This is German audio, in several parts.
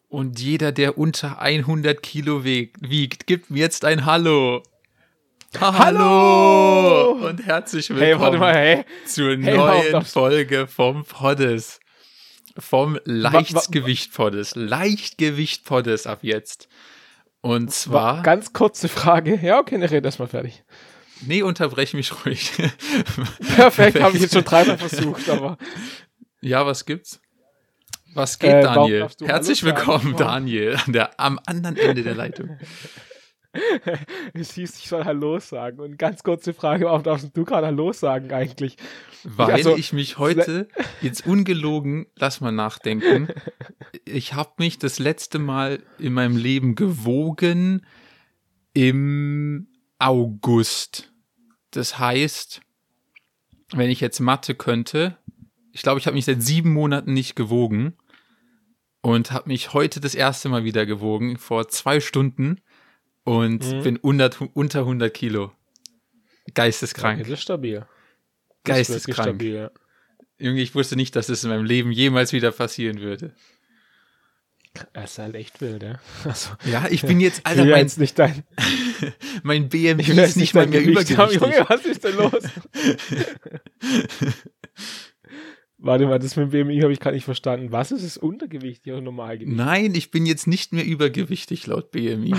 Und jeder, der unter 100 Kilo wiegt, gibt mir jetzt ein Hallo. Hallo! Und herzlich willkommen zur neuen Folge vom Poddes. Vom Leichtgewicht-Poddes. Leichtgewicht-Poddes ab jetzt. Und zwar... Ganz kurze Frage. Ja, okay, ne, red erst mal fertig. Nee, unterbrech mich ruhig. Perfekt, habe ich jetzt schon dreimal versucht, aber... Ja, was gibt's? Was geht, Daniel? Herzlich willkommen, Daniel, am anderen Ende der Leitung. Es hieß, ich soll Hallo sagen. Und ganz kurze Frage, warum darfst du gerade Hallo sagen eigentlich? Weil ich mich heute, jetzt ungelogen, lass mal nachdenken, ich habe mich das letzte Mal in meinem Leben gewogen im August. Das heißt, wenn ich jetzt Mathe könnte, ich glaube, ich habe mich seit 7 Monaten nicht gewogen und habe mich heute das erste Mal wieder gewogen, vor 2 Stunden. Und bin unter 100 Kilo. Geisteskrank. Ja, das ist stabil. Geisteskrank. Stabil, ja. Irgendwie, ich wusste nicht, dass es in meinem Leben jemals wieder passieren würde. Das ist halt echt wild, ja. Also, ja, ich bin jetzt, Alter, mein BMI ist nicht mal mehr übergewichtig. Junge, was ist denn los? Warte mal, das mit dem BMI habe ich gerade nicht verstanden. Was ist es, untergewichtig oder Normalgewicht? Nein, ich bin jetzt nicht mehr übergewichtig laut BMI.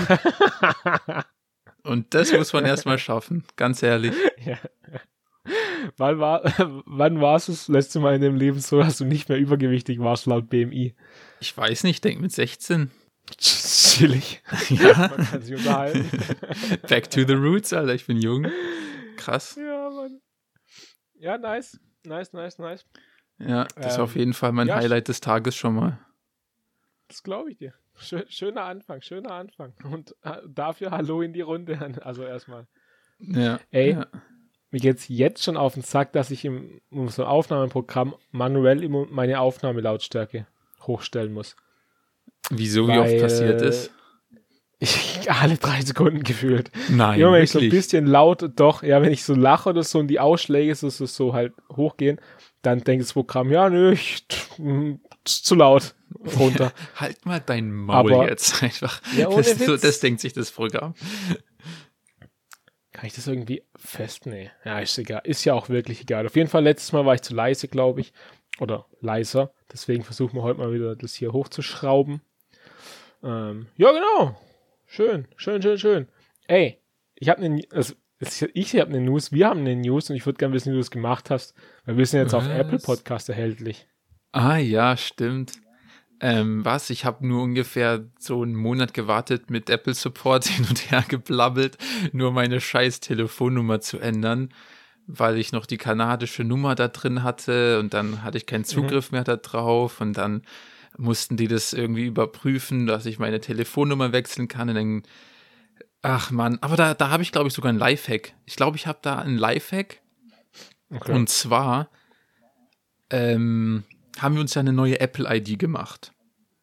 Und das muss man erstmal schaffen, ganz ehrlich. Ja. Wann war es das letzte Mal in deinem Leben so, dass du nicht mehr übergewichtig warst laut BMI? Ich weiß nicht, denk mit 16. Chillig. Ja. Man kann sich unterhalten. Back to the roots, Alter, ich bin jung. Krass. Ja, Mann. Ja, nice. Ja, das ist auf jeden Fall mein Highlight des Tages schon mal. Das glaube ich dir. Schöner Anfang. Und dafür Hallo in die Runde. Also erstmal. Ja. Ey, ja. Mir geht's jetzt schon auf den Sack, dass ich in so einem Aufnahmeprogramm manuell immer meine Aufnahmelautstärke hochstellen muss. Wieso? Wie oft passiert es? Alle 3 Sekunden gefühlt. Nein, immer wenn wirklich? ich so ein bisschen laut, wenn ich so lache oder so und die Ausschläge so halt hochgehen, dann denkt das Programm, ja, nö, zu laut, runter. Halt mal dein Maul jetzt einfach. Ja, ohne Witz. Das denkt sich das Programm. Kann ich das irgendwie Nee. Ja, ist egal. Ist ja auch wirklich egal. Auf jeden Fall, letztes Mal war ich zu leise, glaube ich. Oder leiser. Deswegen versuchen wir heute mal wieder das hier hochzuschrauben. Ja, genau. Schön. Ey, ich habe eine News, wir haben eine News und ich würde gerne wissen, wie du das gemacht hast, weil wir sind jetzt auf Apple Podcast erhältlich. Ah ja, stimmt. Ich habe nur ungefähr so einen Monat gewartet mit Apple Support hin und her geblabbelt, nur meine scheiß Telefonnummer zu ändern, weil ich noch die kanadische Nummer da drin hatte und dann hatte ich keinen Zugriff mehr da drauf und dann mussten die das irgendwie überprüfen, dass ich meine Telefonnummer wechseln kann und dann, ach Mann, aber da habe ich, glaube ich, sogar einen Lifehack. Ich glaube, ich habe da einen Lifehack. Okay. Und zwar haben wir uns ja eine neue Apple-ID gemacht.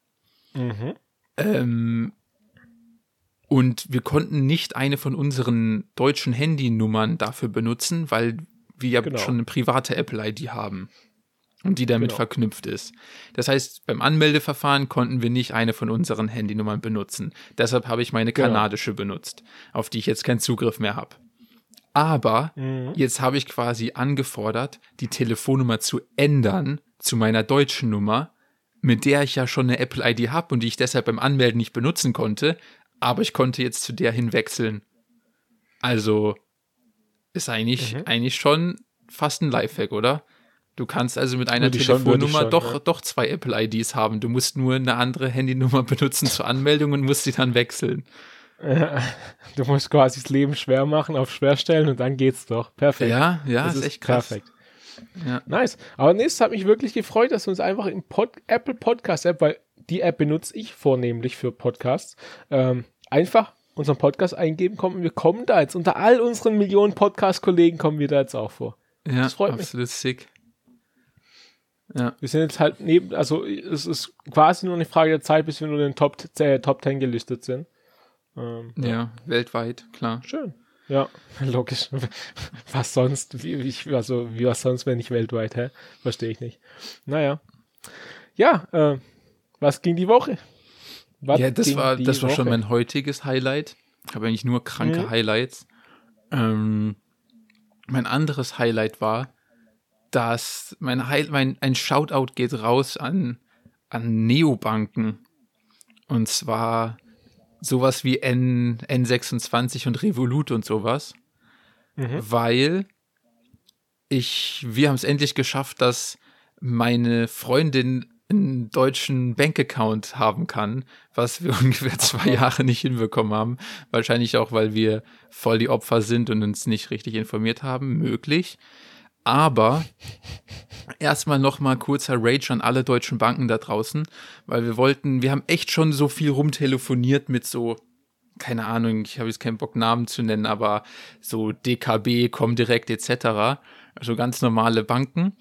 Und wir konnten nicht eine von unseren deutschen Handynummern dafür benutzen, weil wir ja schon eine private Apple-ID haben. Und die damit verknüpft ist. Das heißt, beim Anmeldeverfahren konnten wir nicht eine von unseren Handynummern benutzen. Deshalb habe ich meine kanadische benutzt, auf die ich jetzt keinen Zugriff mehr habe. Aber jetzt habe ich quasi angefordert, die Telefonnummer zu ändern zu meiner deutschen Nummer, mit der ich ja schon eine Apple-ID habe und die ich deshalb beim Anmelden nicht benutzen konnte, aber ich konnte jetzt zu der hinwechseln. Also ist eigentlich schon fast ein Lifehack, oder? Du kannst also mit einer Telefonnummer doch 2 Apple-IDs haben. Du musst nur eine andere Handynummer benutzen zur Anmeldung und musst sie dann wechseln. Du musst quasi das Leben schwer machen, auf schwer stellen und dann geht's doch. Perfekt. Ja, das ist echt krass. Perfekt. Ja. Nice. Aber es hat mich wirklich gefreut, dass wir uns einfach in Apple Podcast App, weil die App benutze ich vornehmlich für Podcasts, einfach unseren Podcast eingeben kommen. Wir kommen da jetzt, unter all unseren Millionen Podcast-Kollegen kommen wir da jetzt auch vor. Ja, das freut mich. Absolut sick. Ja. Wir sind jetzt halt also es ist quasi nur eine Frage der Zeit, bis wir nur in den Top 10 gelistet sind. Ja, weltweit, klar. Schön. Ja, logisch. Was sonst? Was sonst, wenn nicht weltweit, hä? Verstehe ich nicht. Naja. Ja, was ging die Woche? Ja, das war schon mein heutiges Highlight. Ich habe eigentlich nur kranke Highlights. Mein anderes Highlight war, dass ein Shoutout geht raus an Neobanken. Und zwar sowas wie N26 und Revolut und sowas. Weil wir haben es endlich geschafft, dass meine Freundin einen deutschen Bankaccount haben kann, was wir ungefähr 2 Jahre nicht hinbekommen haben. Wahrscheinlich auch, weil wir voll die Opfer sind und uns nicht richtig informiert haben. Möglich. Aber erstmal nochmal kurzer Rage an alle deutschen Banken da draußen, weil wir haben echt schon so viel rumtelefoniert mit so, keine Ahnung, ich habe jetzt keinen Bock, Namen zu nennen, aber so DKB, Comdirect etc., also ganz normale Banken.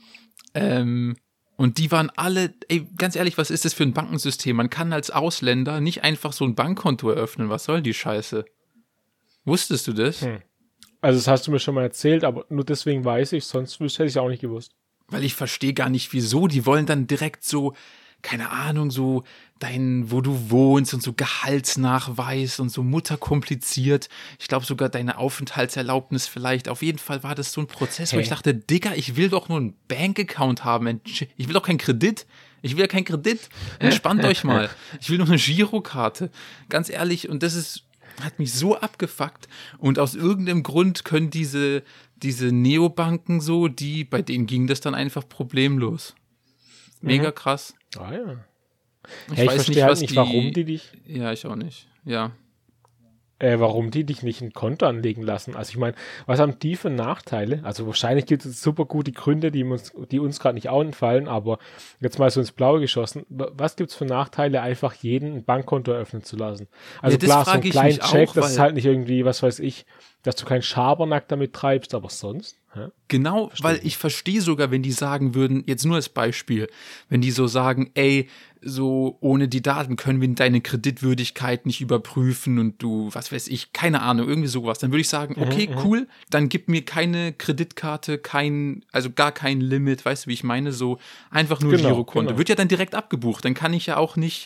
Und die waren alle, ganz ehrlich, was ist das für ein Bankensystem? Man kann als Ausländer nicht einfach so ein Bankkonto eröffnen. Was soll die Scheiße? Wusstest du das? Also das hast du mir schon mal erzählt, aber nur deswegen weiß ich, sonst hätte ich es auch nicht gewusst. Weil ich verstehe gar nicht, wieso. Die wollen dann direkt so, keine Ahnung, so wo du wohnst und so Gehaltsnachweis und so mutterkompliziert. Ich glaube sogar deine Aufenthaltserlaubnis vielleicht. Auf jeden Fall war das so ein Prozess, wo ich dachte, Digga, ich will doch nur einen Bankaccount haben. Ich will doch keinen Kredit. Ich will ja keinen Kredit. Entspannt euch mal. Ich will nur eine Girokarte. Ganz ehrlich, und das hat mich so abgefuckt. Und aus irgendeinem Grund können diese Neobanken so, bei denen ging das dann einfach problemlos. Mega krass. Ah ja. Ich weiß nicht, halt nicht, warum die dich... Ja, ich auch nicht. Ja. Warum die dich nicht ein Konto anlegen lassen. Also ich meine, was haben die für Nachteile? Also wahrscheinlich gibt es super gute Gründe, die uns gerade nicht einfallen, aber jetzt mal so ins Blaue geschossen. Was gibt es für Nachteile, einfach jeden ein Bankkonto eröffnen zu lassen? Also ja, klar, so einen kleinen Check, das ist halt nicht irgendwie, was weiß ich, dass du keinen Schabernack damit treibst, aber sonst... Genau, weil ich verstehe sogar, wenn die sagen würden, jetzt nur als Beispiel, wenn die so sagen, so ohne die Daten können wir deine Kreditwürdigkeit nicht überprüfen und du, was weiß ich, keine Ahnung, irgendwie sowas, dann würde ich sagen, okay, cool, dann gib mir keine Kreditkarte, also gar kein Limit, weißt du, wie ich meine, so einfach nur Girokonto. Wird ja dann direkt abgebucht, dann kann ich ja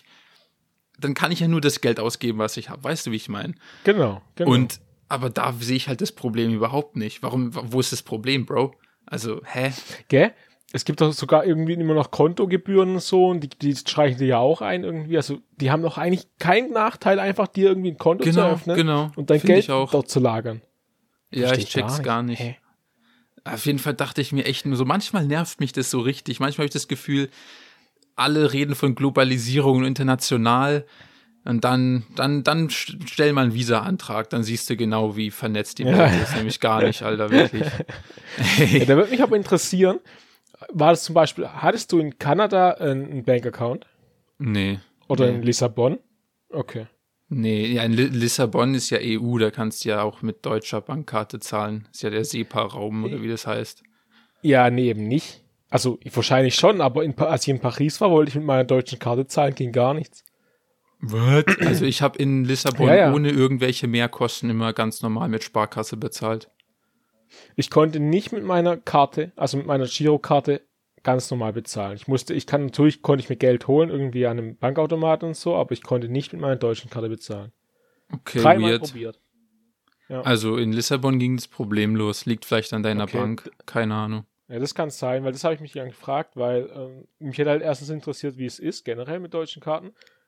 nur das Geld ausgeben, was ich habe, weißt du, wie ich meine? Genau. Aber da sehe ich halt das Problem überhaupt nicht. Wo ist das Problem, Bro? Also, Gell? Es gibt doch sogar irgendwie immer noch Kontogebühren und so und die streichen dir ja auch ein irgendwie. Also, die haben doch eigentlich keinen Nachteil, einfach dir irgendwie ein Konto zu öffnen und dein Geld dort zu lagern. Ja, ich check's gar nicht. Auf jeden Fall dachte ich mir echt nur so, manchmal nervt mich das so richtig. Manchmal habe ich das Gefühl, alle reden von Globalisierung und international. Und dann stell mal einen Visa-Antrag, dann siehst du genau, wie vernetzt die Welt ist. Nämlich gar nicht, Alter, wirklich. Ja, da würde mich aber interessieren, war das zum Beispiel, hattest du in Kanada einen Bankaccount? Nee. Oder in Lissabon? Okay. Nee, ja, in Lissabon ist ja EU, da kannst du ja auch mit deutscher Bankkarte zahlen. Ist ja der SEPA-Raum, oder wie das heißt. Ja, nee, eben nicht. Also, wahrscheinlich schon, aber als ich in Paris war, wollte ich mit meiner deutschen Karte zahlen, ging gar nichts. What? Also ich habe in Lissabon ohne irgendwelche Mehrkosten immer ganz normal mit Sparkasse bezahlt. Ich konnte nicht mit meiner Karte, also mit meiner Girokarte, ganz normal bezahlen. Konnte ich mir Geld holen, irgendwie an einem Bankautomaten und so, aber ich konnte nicht mit meiner deutschen Karte bezahlen. Okay, 3-mal probiert. Ja. Also in Lissabon ging es problemlos. Liegt vielleicht an deiner Bank, keine Ahnung. Ja, das kann sein, weil das habe ich mich gefragt, weil mich hätte halt erstens interessiert, wie es ist, generell mit deutschen Karten.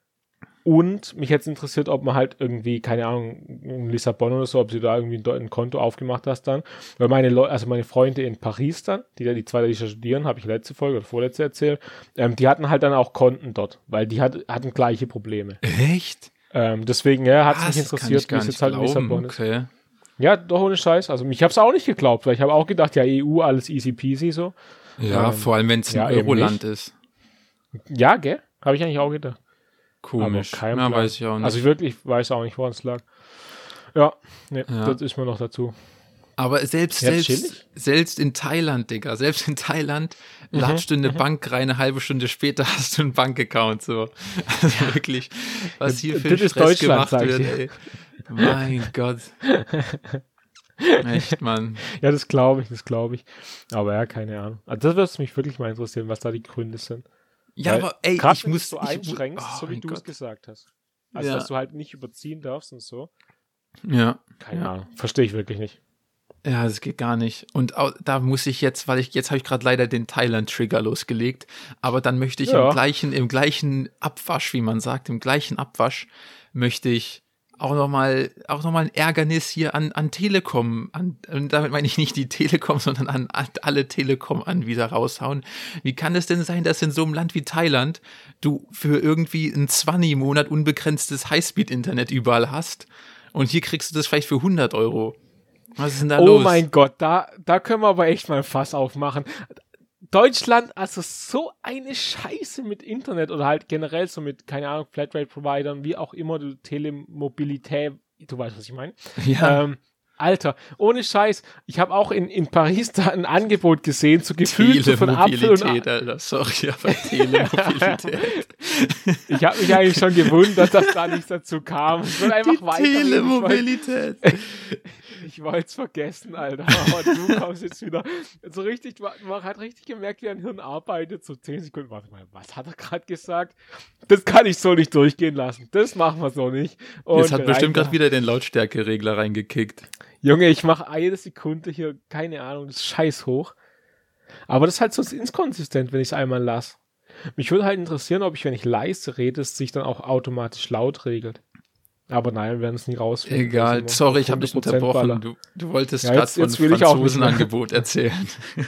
Und mich hätte es interessiert, ob man halt irgendwie, keine Ahnung, in Lissabon oder so, ob sie da irgendwie ein Konto aufgemacht hast dann. Weil meine Freunde in Paris dann, die zwei, die studieren, habe ich letzte Folge oder vorletzte erzählt, die hatten halt dann auch Konten dort, weil die hatten gleiche Probleme. Echt? Deswegen, hat es mich interessiert, wie es jetzt halt in Lissabon ist. Ja, doch ohne Scheiß. Also ich habe es auch nicht geglaubt, weil ich habe auch gedacht, ja, EU, alles easy peasy so. Ja, vor allem, wenn es ein Euroland ist. Ja, gell? Habe ich eigentlich auch gedacht. Komisch. Ja, weiß ich auch nicht. Also ich wirklich weiß auch nicht, woran es lag. Ja, das ist mir noch dazu. Aber selbst in Thailand, Digga, latscht du in eine Bank rein, eine halbe Stunde später hast du einen Bankaccount, so. Also wirklich, was hier für ein Stress gemacht wird, ey. Mein Gott. Echt, Mann. Ja, das glaube ich. Aber ja, keine Ahnung. Also das würde mich wirklich mal interessieren, was da die Gründe sind. Ja, aber ey, ich muss so einschränkst, so wie du es gesagt hast. Also, dass du halt nicht überziehen darfst und so. Ja. Keine Ahnung. Verstehe ich wirklich nicht. Ja, das geht gar nicht. Und auch, da muss ich jetzt, jetzt habe ich gerade leider den Thailand-Trigger losgelegt, aber dann möchte ich im gleichen Abwasch, wie man sagt, im gleichen Abwasch, möchte ich auch noch mal ein Ärgernis hier an Telekom, und damit meine ich nicht die Telekom, sondern an alle Telekom-Anbieter raushauen. Wie kann es denn sein, dass in so einem Land wie Thailand du für irgendwie einen 20 im Monat unbegrenztes Highspeed-Internet überall hast und hier kriegst du das vielleicht für 100 Euro? Was ist denn da los? Oh mein Gott, da können wir aber echt mal ein Fass aufmachen. Deutschland, also so eine Scheiße mit Internet oder halt generell so mit, keine Ahnung, Flatrate-Providern, wie auch immer, du Telemobilität, du weißt, was ich meine. Ja. Alter, ohne Scheiß, ich habe auch in Paris da ein Angebot gesehen, so gefühlt so von Apfel und Alter, sorry, aber Telemobilität. Ich habe mich eigentlich schon gewundert, dass da nichts dazu kam. Ich will einfach weiter. Telemobilität. Ich wollte es vergessen, Alter. Aber du kommst jetzt wieder so richtig, man hat richtig gemerkt, wie ein Hirn arbeitet. So 10 Sekunden, warte mal, was hat er gerade gesagt? Das kann ich so nicht durchgehen lassen. Das machen wir so nicht. Und jetzt hat bestimmt gerade wieder den Lautstärkeregler reingekickt. Junge, ich mache eine Sekunde hier, keine Ahnung, das ist scheiß hoch. Aber das ist halt so inkonsistent, wenn ich es einmal lasse. Mich würde halt interessieren, ob ich, wenn ich leise rede, es sich dann auch automatisch laut regelt. Aber nein, wir werden es nie rausfinden. Egal, sorry, ich habe dich unterbrochen. Du wolltest gerade von Franzosenangebot erzählen.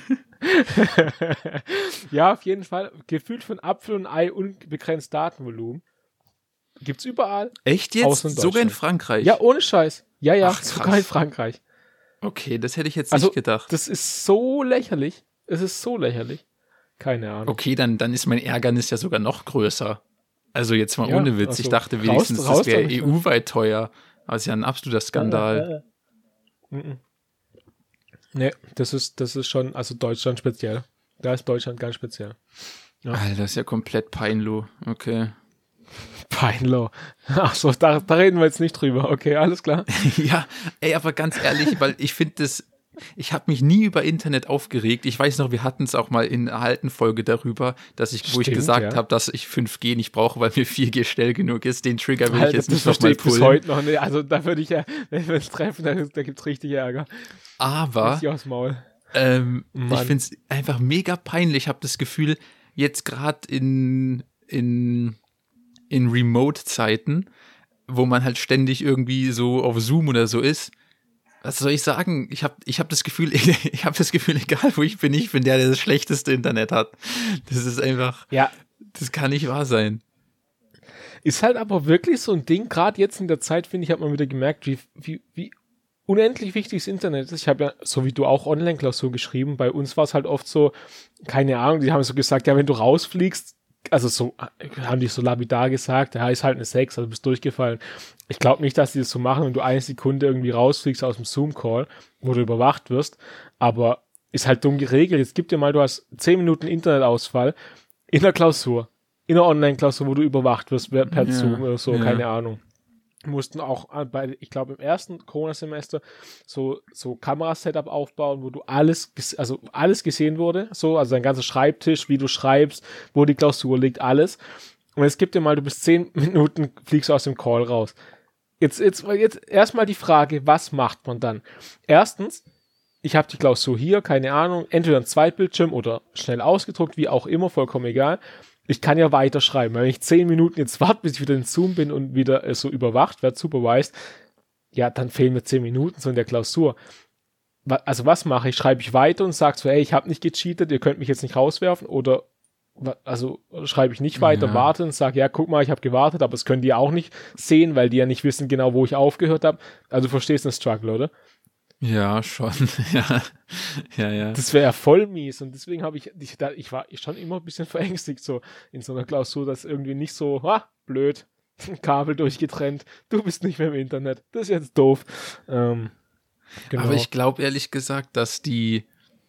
Ja, auf jeden Fall. Gefühlt von Apfel und Ei unbegrenzt Datenvolumen. Gibt's überall. Echt jetzt? Sogar in Frankreich? Ja, ohne Scheiß. Ja, ach, sogar in Frankreich. Okay, das hätte ich jetzt nicht gedacht. Das ist so lächerlich. Es ist so lächerlich. Keine Ahnung. Okay, dann ist mein Ärgernis ja sogar noch größer. Also jetzt mal ohne Witz. Ich dachte wenigstens, das wäre EU-weit teuer. Aber es ist ja ein absoluter Skandal. Nee, das ist schon, also Deutschland speziell. Da ist Deutschland ganz speziell. Ja. Alter, das ist ja komplett peinlo. Okay. Peinlo. Ach so, da reden wir jetzt nicht drüber. Okay, alles klar. Ja, ey, aber ganz ehrlich, weil ich finde das, ich habe mich nie über Internet aufgeregt. Ich weiß noch, wir hatten es auch mal in einer alten Folge darüber, wo ich gesagt habe, dass ich 5G nicht brauche, weil mir 4G schnell genug ist. Den Trigger will ich jetzt nicht nochmal pullen. Bis heute noch nicht. Also da würde ich ja, wenn wir uns treffen, da gibt es richtig Ärger. Aber richtig aufs Maul. Ich finde es einfach mega peinlich. Ich habe das Gefühl, jetzt gerade in Remote-Zeiten, wo man halt ständig irgendwie so auf Zoom oder so ist, was soll ich sagen? Ich hab das Gefühl, egal wo ich bin der das schlechteste Internet hat. Das ist einfach, das kann nicht wahr sein. Ist halt aber wirklich so ein Ding, gerade jetzt in der Zeit, finde ich, hat man wieder gemerkt, wie unendlich wichtig das Internet ist. Ich habe ja, so wie du auch Online-Klausur geschrieben, bei uns war es halt oft so, keine Ahnung, die haben so gesagt, ja, wenn du rausfliegst, also so, haben die so lapidar gesagt, ja, ist halt eine 6, also bist durchgefallen. Ich glaube nicht, dass die das so machen, wenn du eine Sekunde irgendwie rausfliegst aus dem Zoom-Call, wo du überwacht wirst, aber ist halt dumm geregelt. Jetzt gib dir mal, du hast 10 Minuten Internetausfall in der Klausur, in der Online-Klausur, wo du überwacht wirst per Zoom oder so, keine Ahnung. Mussten auch ich glaube im ersten Corona-Semester so Kamerasetup aufbauen, wo du alles gesehen wurde, so, also dein ganzer Schreibtisch, wie du schreibst, wo die Klausur liegt, alles. Und jetzt gib dir mal, du bist 10 Minuten, fliegst du aus dem Call raus. Jetzt erstmal die Frage, was macht man dann? Erstens, ich habe die Klausur hier, keine Ahnung, entweder ein Zweitbildschirm oder schnell ausgedruckt, wie auch immer, vollkommen egal. Ich kann ja weiterschreiben. Wenn ich 10 Minuten jetzt warte, bis ich wieder in Zoom bin und wieder so überwacht werde, supervised, ja, dann fehlen mir 10 Minuten so in der Klausur. Also was mache ich? Schreibe ich weiter und sage so, hey, ich habe nicht gecheatet, ihr könnt mich jetzt nicht rauswerfen, oder also schreibe ich nicht weiter, warte und sage, ja, guck mal, ich habe gewartet, aber das können die auch nicht sehen, weil die ja nicht wissen genau, wo ich aufgehört habe. Also du verstehst den Struggle, oder? Ja, schon. Ja. Das wäre ja voll mies, und deswegen ich war schon immer ein bisschen verängstigt so in so einer Klausur, dass irgendwie nicht so, blöd, Kabel durchgetrennt, du bist nicht mehr im Internet, das ist jetzt doof. Genau. Aber ich glaube ehrlich gesagt, dass die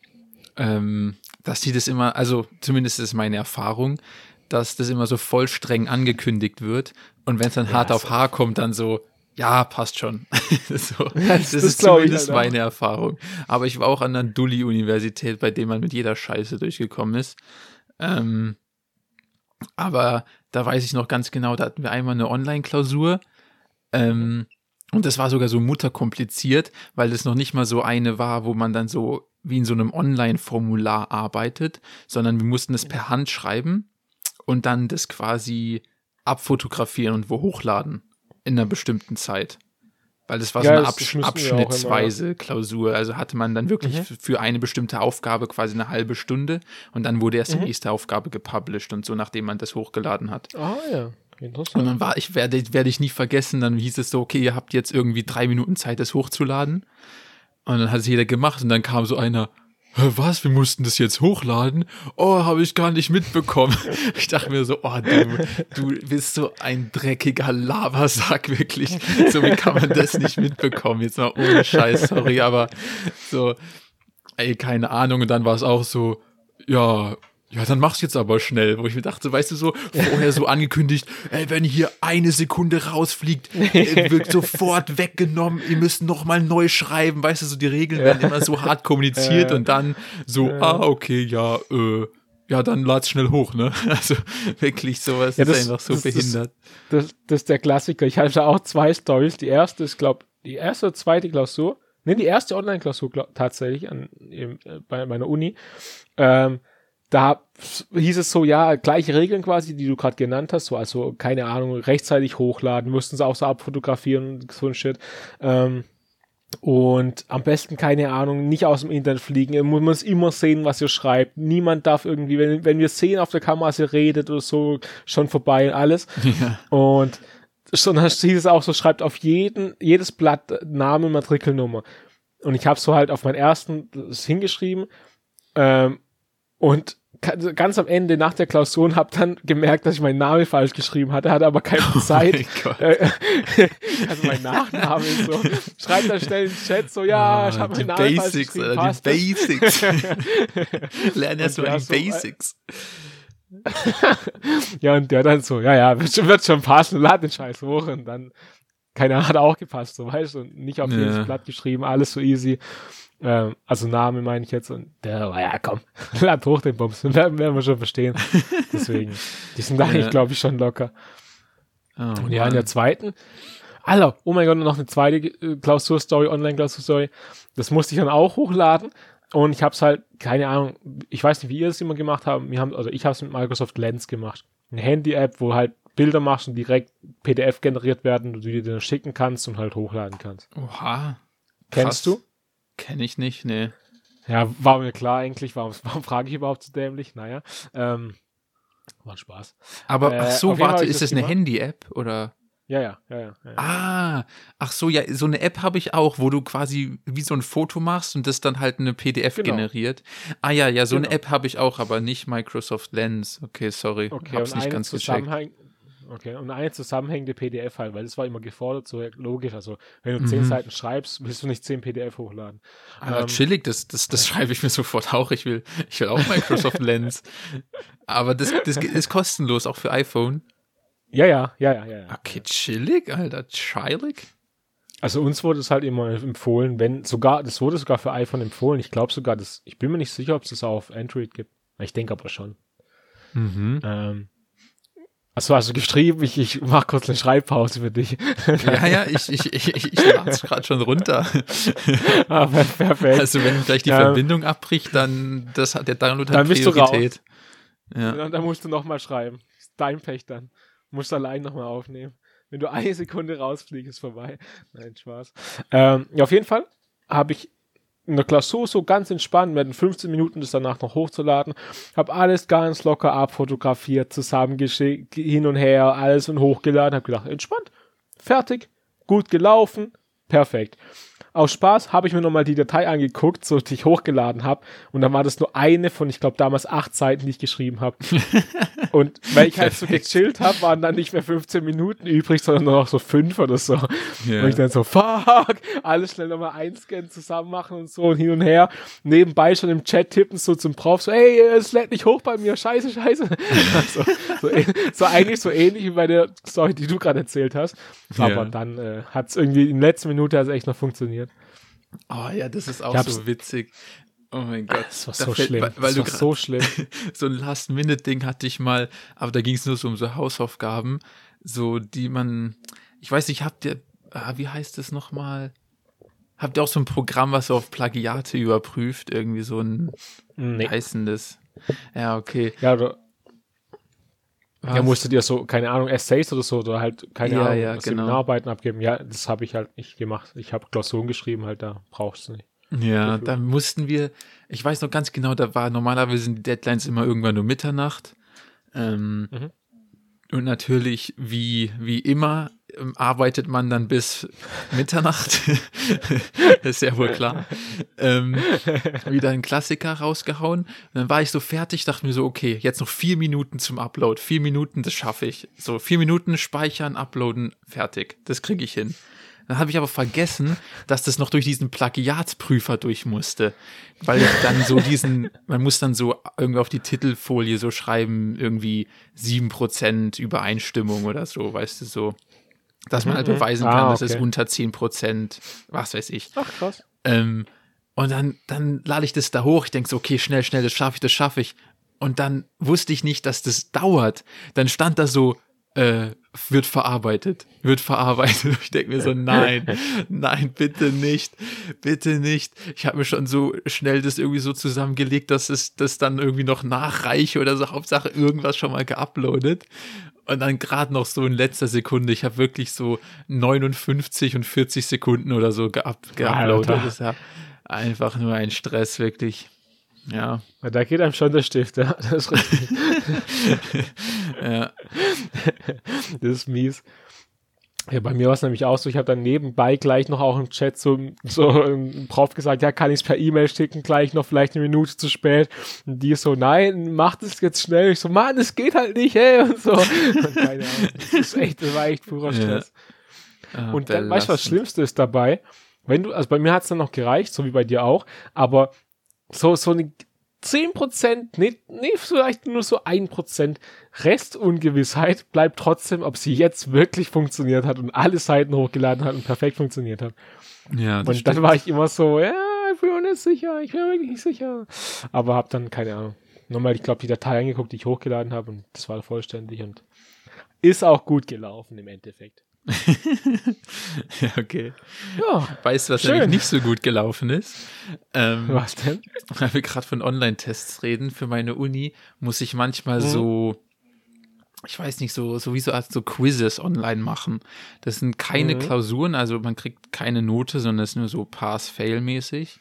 das immer, also zumindest ist meine Erfahrung, dass das immer so voll streng angekündigt wird, und wenn es dann hart auf Haar kommt, dann so, ja, passt schon. So, das ist zumindest meine Erfahrung. Aber ich war auch an einer Dulli-Universität, bei dem man mit jeder Scheiße durchgekommen ist. Aber da weiß ich noch ganz genau, da hatten wir einmal eine Online-Klausur. Und das war sogar so mutterkompliziert, weil es noch nicht mal so eine war, wo man dann so wie in so einem Online-Formular arbeitet, sondern wir mussten das per Hand schreiben und dann das quasi abfotografieren und wo hochladen in einer bestimmten Zeit. Weil das war so eine abschnittsweise Klausur. Also hatte man dann wirklich für eine bestimmte Aufgabe quasi eine halbe Stunde und dann wurde erst die nächste Aufgabe gepublished und so, nachdem man das hochgeladen hat. Ah ja, interessant. Und dann werde ich nie vergessen, dann hieß es so, okay, ihr habt jetzt irgendwie 3 Minuten Zeit, das hochzuladen. Und dann hat es jeder gemacht und dann kam so einer, was, wir mussten das jetzt hochladen? Oh, habe ich gar nicht mitbekommen. Ich dachte mir so, oh, du bist so ein dreckiger Lavasack, wirklich. So, wie kann man das nicht mitbekommen? Jetzt mal ohne Scheiß, sorry, aber so, ey, keine Ahnung. Und dann war es auch so, ja, dann mach's jetzt aber schnell. Wo ich mir dachte, weißt du, so vorher so angekündigt, ey, wenn hier eine Sekunde rausfliegt, wird sofort weggenommen, ihr müsst nochmal neu schreiben. Weißt du, so die Regeln werden immer so hart kommuniziert und dann so, okay, ja, dann lad's schnell hoch, ne? Also wirklich sowas ist einfach so behindert. Das ist der Klassiker. Ich hatte auch 2 Storys. Die erste ist, glaube ich, die erste oder zweite Klausur. Ne, die erste Online-Klausur tatsächlich bei meiner Uni. Da hieß es so, ja, gleiche Regeln quasi, die du gerade genannt hast, so, also, keine Ahnung, rechtzeitig hochladen, mussten sie auch so abfotografieren und so ein Shit. Und am besten, keine Ahnung, nicht aus dem Internet fliegen, man muss immer sehen, was ihr schreibt. Niemand darf irgendwie, wenn wir sehen auf der Kamera, dass ihr redet oder so, schon vorbei und alles. Ja. Und dann hieß es auch so, schreibt auf jedes Blatt Name, Matrikelnummer. Und ich habe so halt auf meinen ersten das hingeschrieben, und ganz am Ende nach der Klausur habe dann gemerkt, dass ich meinen Namen falsch geschrieben hatte aber keine Zeit. Also mein Nachname so. Schreibt dann schnell in den Chat so, ja, ich habe meinen Namen falsch geschrieben. Die Basics. Lern erst mal die Basics. Ja, und der dann so, ja, wird schon passen, lad den Scheiß hoch und dann, keine Ahnung, hat auch gepasst, so, weißt du, und nicht auf jedes Blatt geschrieben, alles so easy. Also Name meine ich jetzt und der war, ja komm, lad hoch den Bums, werden wir schon verstehen. Deswegen, die sind eigentlich, glaube ich, schon locker. Und ja, in der zweiten, Alter, oh mein Gott, noch eine zweite Klausurstory, Online-Klausurstory, das musste ich dann auch hochladen und ich hab's halt, keine Ahnung, ich weiß nicht, wie ihr es immer gemacht habt, ich hab's mit Microsoft Lens gemacht. Eine Handy-App, wo halt Bilder machst und direkt PDF generiert werden und du dir dann schicken kannst und halt hochladen kannst. Oha. Kennst du? Kenn ich nicht, nee. Ja, war mir klar eigentlich. Warum frage ich überhaupt so dämlich? Naja, war Spaß. Aber, ach so, warte, ist das eine Handy-App, oder? Ja. Ach so, ja, so eine App habe ich auch, wo du quasi wie so ein Foto machst und das dann halt eine PDF generiert. Ah ja, so eine App habe ich auch, aber nicht Microsoft Lens. Okay, sorry, hab's nicht ganz gecheckt. Okay, und eine zusammenhängende PDF halt, weil das war immer gefordert, so logisch. Also, wenn du 10 Seiten schreibst, willst du nicht 10 PDF hochladen. Aber chillig, das schreibe ich mir sofort auch. Ich will auch Microsoft Lens. Aber das ist kostenlos, auch für iPhone. Ja. Okay, chillig, Alter, chillig. Also uns wurde es halt immer empfohlen, das wurde sogar für iPhone empfohlen. Ich glaube sogar, ich bin mir nicht sicher, ob es das auch auf Android gibt. Ich denke aber schon. Also geschrieben, ich mach kurz eine Schreibpause für dich. Ja, ich lade es gerade schon runter. Perfekt. Also wenn gleich die Verbindung abbricht, dann der Download hat Priorität. Ja. Dann musst du nochmal schreiben. Ist dein Pech dann. Musst du allein nochmal aufnehmen. Wenn du eine Sekunde rausfliegst, ist vorbei. Nein, Spaß. Ja, auf jeden Fall habe ich in der Klausur so ganz entspannt, wir hatten 15 Minuten, das danach noch hochzuladen, habe alles ganz locker abfotografiert, zusammengeschickt, hin und her, alles und hochgeladen, habe gedacht, entspannt, fertig, gut gelaufen, perfekt. Aus Spaß habe ich mir nochmal die Datei angeguckt, so die ich hochgeladen habe, und dann war das nur eine von, ich glaube, damals 8 Seiten, die ich geschrieben habe. Und weil ich halt so gechillt habe, waren dann nicht mehr 15 Minuten übrig, sondern nur noch so 5 oder so. Yeah. Und ich dann so, fuck, alles schnell nochmal einscannen, zusammen machen und so und hin und her. Nebenbei schon im Chat tippen, so zum Prof, so, ey, es lädt nicht hoch bei mir, scheiße. So eigentlich so ähnlich wie bei der Story, die du gerade erzählt hast. Aber dann hat es irgendwie in der letzten Minute echt noch funktioniert. Oh ja, das ist auch so witzig. Oh mein Gott. Das war so schlimm. So schlimm. So ein Last-Minute-Ding hatte ich mal, aber da ging es nur so um so Hausaufgaben, so die man, ich weiß nicht, wie heißt das nochmal? Habt ihr auch so ein Programm, was so auf Plagiate überprüft? Irgendwie so ein, wie heißt denn das? Ja, okay. Ja, ja, musstet ihr so, keine Ahnung, Essays oder so, oder halt, keine Ahnung, Seminararbeiten abgeben. Ja, das habe ich halt nicht gemacht. Ich habe Klausuren geschrieben, halt, da brauchst du nicht. Ja, da mussten wir, ich weiß noch ganz genau, normalerweise sind die Deadlines immer irgendwann nur Mitternacht. Und natürlich, wie immer, arbeitet man dann bis Mitternacht. Das ist ja wohl klar. Wieder ein Klassiker rausgehauen. Und dann war ich so fertig, dachte mir so, okay, jetzt noch 4 Minuten zum Upload. 4 Minuten, das schaffe ich. So 4 Minuten speichern, uploaden, fertig. Das kriege ich hin. Dann habe ich aber vergessen, dass das noch durch diesen Plagiatsprüfer durch musste. Weil ich dann so man muss dann so irgendwie auf die Titelfolie so schreiben, irgendwie 7% Übereinstimmung oder so, weißt du, so. Dass man halt beweisen kann, dass es unter 10%, was weiß ich. Ach, krass. Und dann lade ich das da hoch. Ich denke so, okay, schnell, das schaffe ich. Und dann wusste ich nicht, dass das dauert. Dann stand da so, wird verarbeitet. Ich denke mir so, nein, bitte nicht. Ich habe mir schon so schnell das irgendwie so zusammengelegt, dass es das dann irgendwie noch nachreiche oder so, Hauptsache irgendwas schon mal geuploadet. Und dann gerade noch so in letzter Sekunde, ich habe wirklich so 59 und 40 Sekunden oder so geuploadet. Das ist ja einfach nur ein Stress, wirklich. Ja. Da geht einem schon der Stift, ja. Das ist richtig. Ja. Das ist mies. Ja, bei mir war es nämlich auch so, ich habe dann nebenbei gleich noch auch im Chat so im Prof gesagt, ja, kann ich es per E-Mail schicken, gleich noch vielleicht 1 Minute zu spät. Und die so, nein, mach das jetzt schnell. Ich so, Mann, es geht halt nicht, hey, und so. Und keine Ahnung, das war echt purer Stress. Ja. Und dann, weißt du, was Schlimmste ist dabei? Also bei mir hat es dann noch gereicht, so wie bei dir auch, aber so eine 10%, nee, vielleicht nur so 1% Restungewissheit bleibt trotzdem, ob sie jetzt wirklich funktioniert hat und alle Seiten hochgeladen hat und perfekt funktioniert hat. Ja, das und stimmt. Dann war ich immer so, ja, ich bin mir nicht sicher, ich bin mir wirklich nicht sicher. Aber hab dann, keine Ahnung, nochmal, ich glaube, die Datei angeguckt, die ich hochgeladen habe und das war vollständig und ist auch gut gelaufen im Endeffekt. Ja, okay. Ja, weißt du, was eigentlich nicht so gut gelaufen ist? Was denn? Weil wir gerade von Online-Tests reden. Für meine Uni muss ich manchmal so, ich weiß nicht, so Quizzes online machen. Das sind keine Klausuren, also man kriegt keine Note, sondern es ist nur so Pass-Fail-mäßig.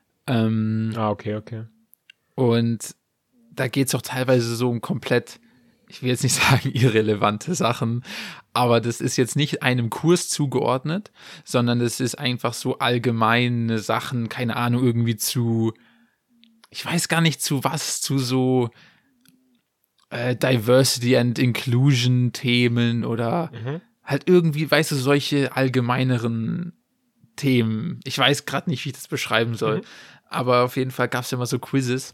Okay. Und da geht es auch teilweise so um komplett, ich will jetzt nicht sagen irrelevante Sachen, aber das ist jetzt nicht einem Kurs zugeordnet, sondern das ist einfach so allgemeine Sachen, keine Ahnung, irgendwie ich weiß gar nicht zu was, zu so Diversity and Inclusion Themen oder halt irgendwie, weißt du, solche allgemeineren Themen. Ich weiß gerade nicht, wie ich das beschreiben soll, aber auf jeden Fall gab es immer so Quizzes.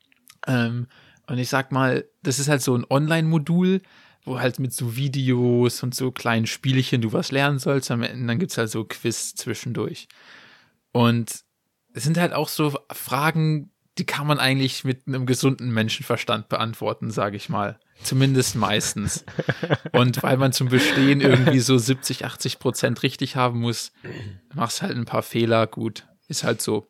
Und ich sag mal, das ist halt so ein Online-Modul, wo halt mit so Videos und so kleinen Spielchen du was lernen sollst. Am Ende dann gibt's halt so Quiz zwischendurch. Und es sind halt auch so Fragen, die kann man eigentlich mit einem gesunden Menschenverstand beantworten, sage ich mal. Zumindest meistens. Und weil man zum Bestehen irgendwie so 70-80% richtig haben muss, machst halt ein paar Fehler, gut. Ist halt so.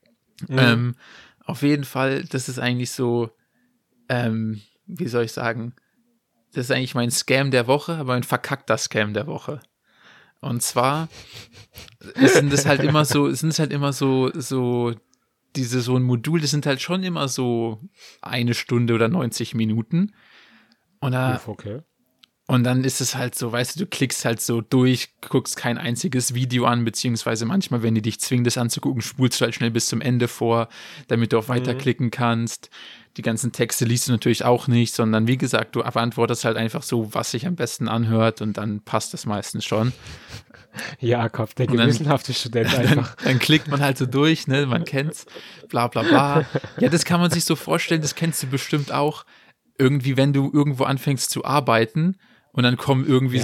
Auf jeden Fall, das ist eigentlich so, wie soll ich sagen, das ist eigentlich mein Scam der Woche, aber ein verkackter Scam der Woche. Und zwar sind es halt immer so ein Modul, das sind halt schon immer so 1 Stunde oder 90 Minuten. Und dann ist es halt so, weißt du klickst halt so durch, guckst kein einziges Video an, beziehungsweise manchmal, wenn die dich zwingen, das anzugucken, spulst du halt schnell bis zum Ende vor, damit du auch weiterklicken kannst. Die ganzen Texte liest du natürlich auch nicht, sondern wie gesagt, du beantwortest halt einfach so, was sich am besten anhört und dann passt das meistens schon. Jakob, der gewissenhafte Student einfach. Dann klickt man halt so durch, ne, man kennt's, bla bla bla. Ja, das kann man sich so vorstellen, das kennst du bestimmt auch. Irgendwie, wenn du irgendwo anfängst zu arbeiten und dann kommen irgendwie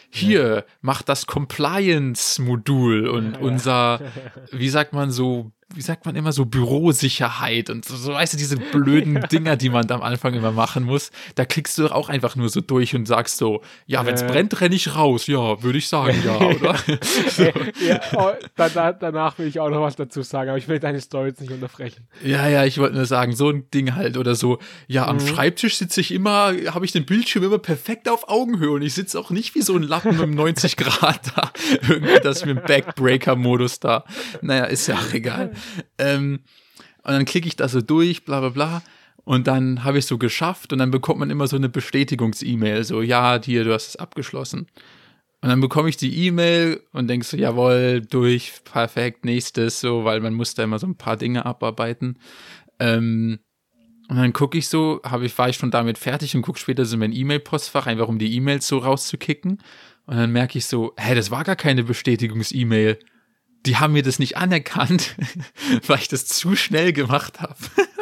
mach das Compliance-Modul und unser, wie sagt man so, wie sagt man immer, so Bürosicherheit und so, weißt du, diese blöden Dinger, die man da am Anfang immer machen muss, da klickst du doch auch einfach nur so durch und sagst so, ja, wenn es brennt, renne ich raus. Ja, würde ich sagen, ja, oder? So. Danach will ich auch noch was dazu sagen, aber ich will deine Story jetzt nicht unterbrechen. Ja, ich wollte nur sagen, so ein Ding halt oder so, ja, am Schreibtisch sitze ich immer, habe ich den Bildschirm immer perfekt auf Augenhöhe und ich sitze auch nicht wie so ein Lappen mit 90 Grad da, irgendwie das mit dem Backbreaker-Modus da. Naja, ist ja auch egal. Und dann klicke ich da so durch, bla bla bla. Und dann habe ich so geschafft und dann bekommt man immer so eine Bestätigungs-E-Mail, so, ja, hier, du hast es abgeschlossen. Und dann bekomme ich die E-Mail und denke so, jawohl, durch, perfekt, nächstes, so, weil man muss da immer so ein paar Dinge abarbeiten. Und dann gucke ich so, war ich schon damit fertig und gucke später so in mein E-Mail-Postfach, einfach um die E-Mails so rauszukicken. Und dann merke ich so, das war gar keine Bestätigungs-E-Mail. Die haben mir das nicht anerkannt, weil ich das zu schnell gemacht habe.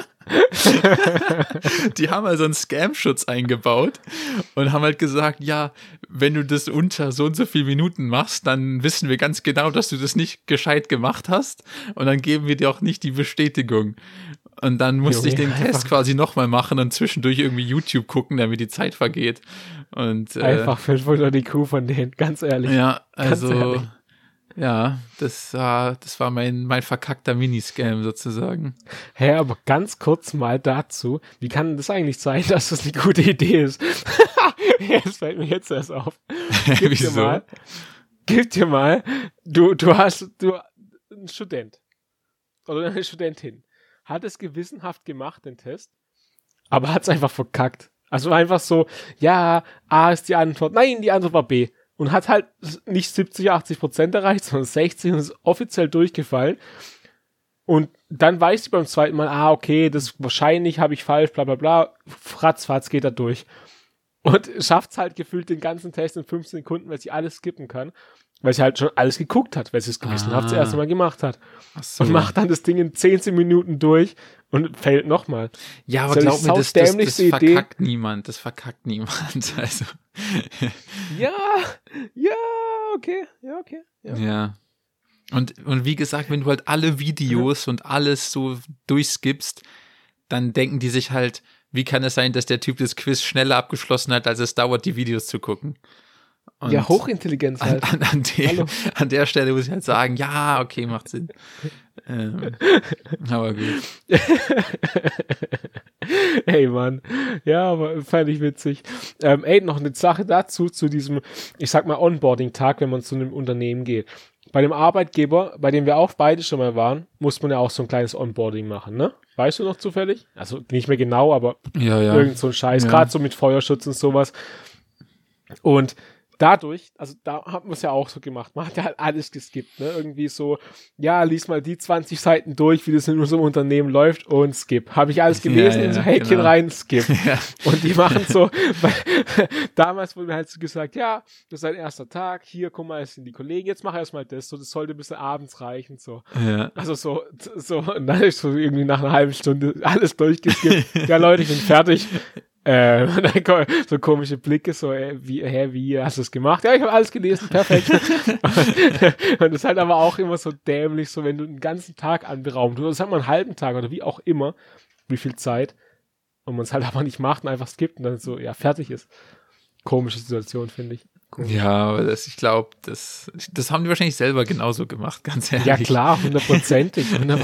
Die haben also einen Scam-Schutz eingebaut und haben halt gesagt, ja, wenn du das unter so und so viele Minuten machst, dann wissen wir ganz genau, dass du das nicht gescheit gemacht hast und dann geben wir dir auch nicht die Bestätigung. Und dann musste ich den Test quasi nochmal machen und zwischendurch irgendwie YouTube gucken, damit die Zeit vergeht. Und, einfach 500 IQ von denen, ganz ehrlich. Ja, also... Ja, das war mein verkackter Miniscam sozusagen. Hä, aber ganz kurz mal dazu, wie kann das eigentlich sein, dass das eine gute Idee ist? Das fällt mir jetzt erst auf. Wieso? Gib dir mal, du ein Student oder eine Studentin hat es gewissenhaft gemacht, den Test, aber hat es einfach verkackt. Also einfach so, ja, A ist die Antwort, nein, die Antwort war B. Und hat halt nicht 70-80% erreicht, sondern 60% und ist offiziell durchgefallen. Und dann weiß sie beim zweiten Mal, okay, das wahrscheinlich habe ich falsch, bla bla bla. Ratzfatz geht er durch. Und schafft es halt gefühlt den ganzen Test in 15 Sekunden, weil sie alles skippen kann. Weil sie halt schon alles geguckt hat, weil sie es gewissenhaft das erste Mal gemacht hat. Ach so. Und macht dann das Ding in 10 Minuten durch und fällt nochmal. Ja, aber glaub mir, das verkackt niemand. Das verkackt niemand. Also. Ja, okay. Ja. Und wie gesagt, wenn du halt alle Videos und alles so durchskippst, dann denken die sich halt, wie kann es sein, dass der Typ das Quiz schneller abgeschlossen hat, als es dauert, die Videos zu gucken. Und ja, Hochintelligenz halt. An der Stelle muss ich halt sagen, ja, okay, macht Sinn. Aber gut. Hey, Mann. Ja, aber fand ich witzig. Noch eine Sache dazu, zu diesem, ich sag mal, Onboarding-Tag, wenn man zu einem Unternehmen geht. Bei dem Arbeitgeber, bei dem wir auch beide schon mal waren, muss man ja auch so ein kleines Onboarding machen, ne? Weißt du noch zufällig? Also nicht mehr genau, aber irgend so ein Scheiß, gerade so mit Feuerschutz und sowas. Und dadurch, also da haben wir es ja auch so gemacht, man hat ja halt alles geskippt, ne? Irgendwie so, ja, lies mal die 20 Seiten durch, wie das in unserem Unternehmen läuft und skip. Habe ich alles gelesen, in so Häkchen rein, skip. Ja. Und die machen so, damals wurde mir halt so gesagt, ja, das ist dein erster Tag, hier, guck mal, es sind die Kollegen, jetzt mach erstmal das, so, das sollte bis abends reichen, so. Ja. Also so, und dann ist so irgendwie nach einer halben Stunde alles durchgeskippt. Ja, Leute, ich bin fertig. So komische Blicke, so, wie hast du es gemacht? Ja, ich habe alles gelesen, perfekt. Und das ist halt aber auch immer so dämlich, so wenn du einen ganzen Tag anberaumt, oder das hat man einen halben Tag oder wie auch immer, wie viel Zeit, und man es halt aber nicht macht und einfach skippt und dann so, ja, fertig ist. Komische Situation, finde ich. Komisch. Ja, aber ich glaube, das haben die wahrscheinlich selber genauso gemacht, ganz ehrlich. Ja klar, hundertprozentig.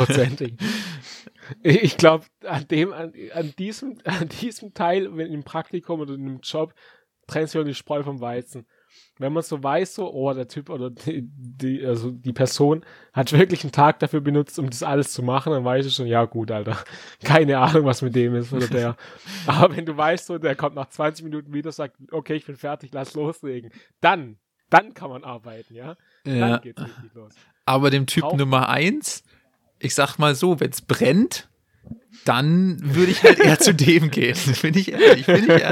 Ich glaube, an diesem Teil, wenn im Praktikum oder in einem Job, trennt sich auch die Spreu vom Weizen. Wenn man so weiß, so, der Typ oder die Person hat wirklich einen Tag dafür benutzt, um das alles zu machen, dann weiß ich schon, ja gut, Alter, keine Ahnung, was mit dem ist oder der. Aber wenn du weißt, so, der kommt nach 20 Minuten wieder, sagt, okay, ich bin fertig, lass loslegen, dann kann man arbeiten, ja? Dann geht's richtig los. Aber dem Typ Nummer 1, ich sag mal so, wenn es brennt, dann würde ich halt eher zu dem gehen. Bin ich ehrlich.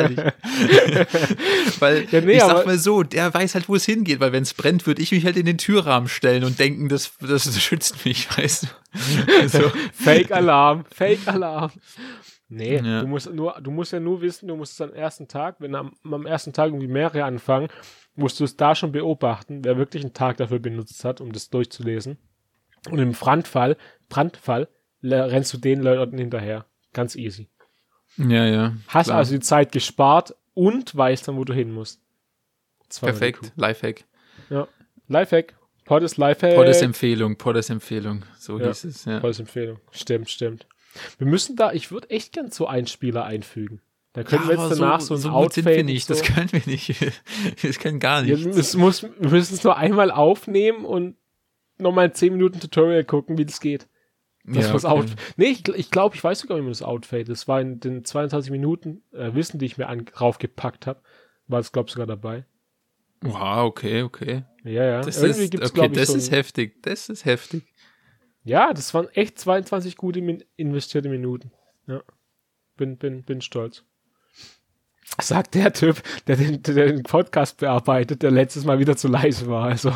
Weil, ich sag mal so, der weiß halt, wo es hingeht, weil wenn es brennt, würde ich mich halt in den Türrahmen stellen und denken, das schützt mich, weißt du. Also. Fake-Alarm. Nee, ja. Du musst ja nur wissen, du musst es am ersten Tag, wenn am ersten Tag irgendwie mehrere anfangen, musst du es da schon beobachten, wer wirklich einen Tag dafür benutzt hat, um das durchzulesen. Und im Brandfall rennst du den Leuten hinterher. Ganz easy. Ja. Hast klar. Also die Zeit gespart und weißt dann, wo du hin musst. Perfekt, Lifehack. Ja, Lifehack. Poddes Lifehack. Poddes Empfehlung. So hieß es, ja. Poddes Empfehlung. Stimmt. Wir müssen ich würde echt gern so Einspieler einfügen. Da können wir jetzt danach so ein Outfit. Sind wir nicht. Das können wir nicht. Das können gar nicht. Ja, wir müssen es nur einmal aufnehmen und nochmal 10 Minuten Tutorial gucken, wie das geht. Ich glaube, ich weiß sogar, wie man das outfade. Das war in den 22 Minuten Wissen, die ich mir raufgepackt habe. War es, glaube ich, sogar dabei. Wow, okay. Ja. Das ist heftig. Das ist heftig. Ja, das waren echt 22 gute investierte Minuten. Ja. Bin stolz. Sagt der Typ, der den Podcast bearbeitet, der letztes Mal wieder zu leise war. Also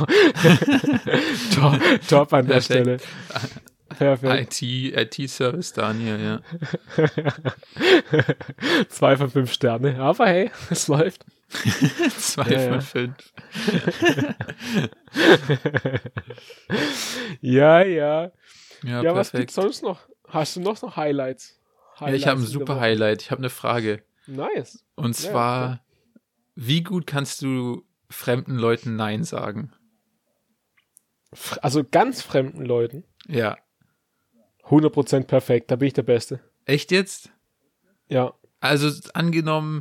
top an der Stelle. Perfekt. IT-Service Daniel, ja. 2 von 5 Sterne. Aber hey, es läuft. 2 von 5. Ja, perfekt. Was gibt's sonst noch? Hast du noch Highlights? Ja, ich habe ein super Highlight. Ich habe eine Frage. Nice. Und zwar, wie gut kannst du fremden Leuten Nein sagen? Also ganz fremden Leuten? Ja. 100% perfekt, da bin ich der Beste. Echt jetzt? Ja. Also angenommen,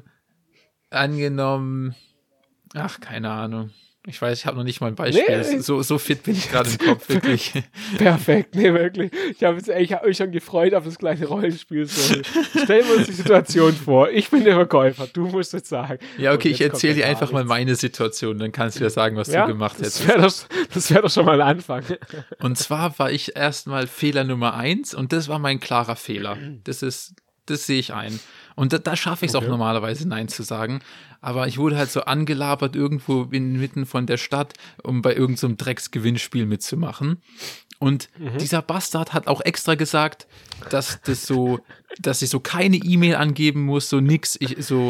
ach, keine Ahnung. Ich weiß, ich habe noch nicht mal ein Beispiel. Nee, so fit bin ich gerade im Kopf, wirklich. Perfekt, nee, wirklich. Ich habe mich schon gefreut auf das kleine Rollenspiel. So. Stellen wir uns die Situation vor. Ich bin der Verkäufer, du musst jetzt sagen. Ja, okay, ich erzähle dir einfach mal meine Situation, dann kannst du ja sagen, was du gemacht hättest. Das wäre doch schon mal ein Anfang. Und zwar war ich erstmal Fehler Nummer 1 und das war mein klarer Fehler. Das sehe ich ein. Und da schaffe ich es auch normalerweise, Nein zu sagen. Aber ich wurde halt so angelabert irgendwo inmitten von der Stadt, um bei irgendeinem so Drecksgewinnspiel mitzumachen. Und dieser Bastard hat auch extra gesagt, dass ich so keine E-Mail angeben muss, so nix,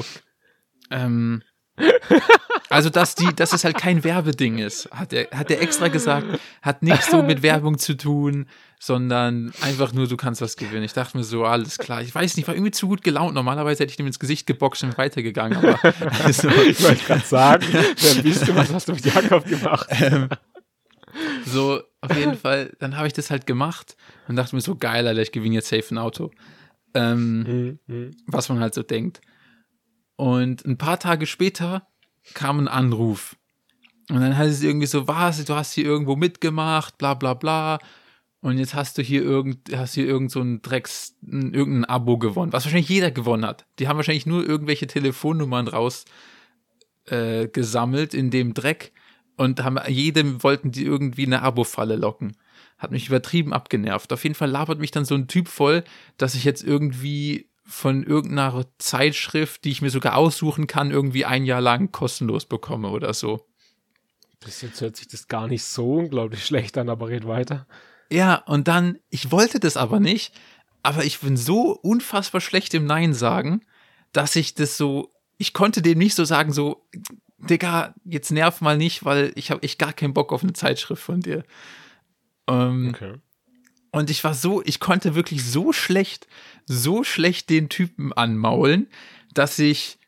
also dass es halt kein Werbeding ist, hat er extra gesagt, hat nichts so mit Werbung zu tun, sondern einfach nur, du kannst was gewinnen. Ich dachte mir so, alles klar, ich weiß nicht, war irgendwie zu gut gelaunt. Normalerweise hätte ich dem ins Gesicht geboxt und weitergegangen, aber also, ich wollte gerade sagen, wer bist du, was hast du mit Jakob gemacht? So, auf jeden Fall, dann habe ich das halt gemacht und dachte mir so, geil, Alter, ich gewinne jetzt safe ein Auto. Was man halt so denkt. Und ein paar Tage später kam ein Anruf. Und dann heißt es irgendwie so, du hast hier irgendwo mitgemacht, bla bla bla. Und jetzt hast du hier irgend so irgendein Abo gewonnen, was wahrscheinlich jeder gewonnen hat. Die haben wahrscheinlich nur irgendwelche Telefonnummern gesammelt in dem Dreck und jedem wollten die irgendwie eine Abo-Falle locken. Hat mich übertrieben abgenervt. Auf jeden Fall labert mich dann so ein Typ voll, dass ich jetzt irgendwie von irgendeiner Zeitschrift, die ich mir sogar aussuchen kann, irgendwie 1 Jahr lang kostenlos bekomme oder so. Bis jetzt hört sich das gar nicht so unglaublich schlecht an, aber red weiter. Ja, und dann, ich wollte das aber nicht, aber ich bin so unfassbar schlecht im Nein sagen, dass ich konnte dem nicht so sagen, so, Digga, jetzt nerv mal nicht, weil ich habe echt gar keinen Bock auf eine Zeitschrift von dir. Okay. Und ich konnte wirklich so schlecht den Typen anmaulen, dass ich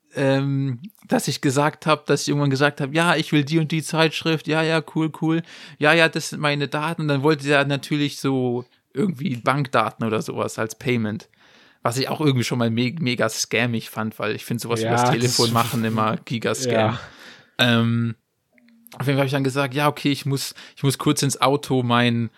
gesagt habe, dass ich irgendwann gesagt habe, ja, ich will die und die Zeitschrift, ja, cool, ja, das sind meine Daten. Und dann wollte der natürlich so irgendwie Bankdaten oder sowas als Payment, was ich auch irgendwie schon mal mega scammig fand, weil ich finde sowas über das Telefon machen immer Giga-Scam. Ja. Auf jeden Fall habe ich dann gesagt, ja, okay, ich muss kurz ins Auto mein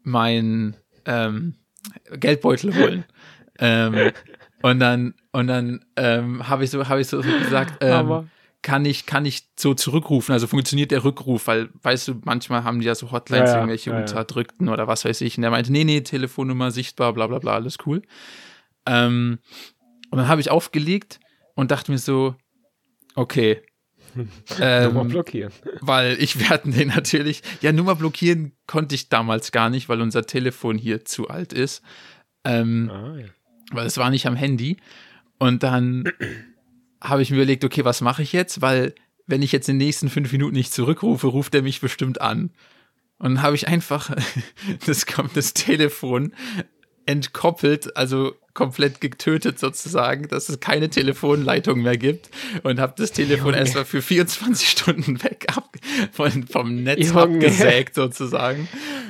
Geldbeutel holen. Und dann habe ich so gesagt, kann ich so zurückrufen? Also funktioniert der Rückruf? Weil, weißt du, manchmal haben die ja so Hotlines, irgendwelche Unterdrückten oder was weiß ich. Und der meinte, nee, Telefonnummer sichtbar, bla bla bla, alles cool. Und dann habe ich aufgelegt und dachte mir so, okay. Nummer blockieren. Weil ich werde den natürlich, Nummer blockieren konnte ich damals gar nicht, weil unser Telefon hier zu alt ist. Weil es war nicht am Handy. Und dann habe ich mir überlegt, okay, was mache ich jetzt? Weil wenn ich jetzt in den nächsten 5 Minuten nicht zurückrufe, ruft er mich bestimmt an. Und habe ich einfach das Telefon entkoppelt, also komplett getötet sozusagen, dass es keine Telefonleitung mehr gibt und habe das Telefon erstmal für 24 Stunden weg vom Netz abgesägt sozusagen.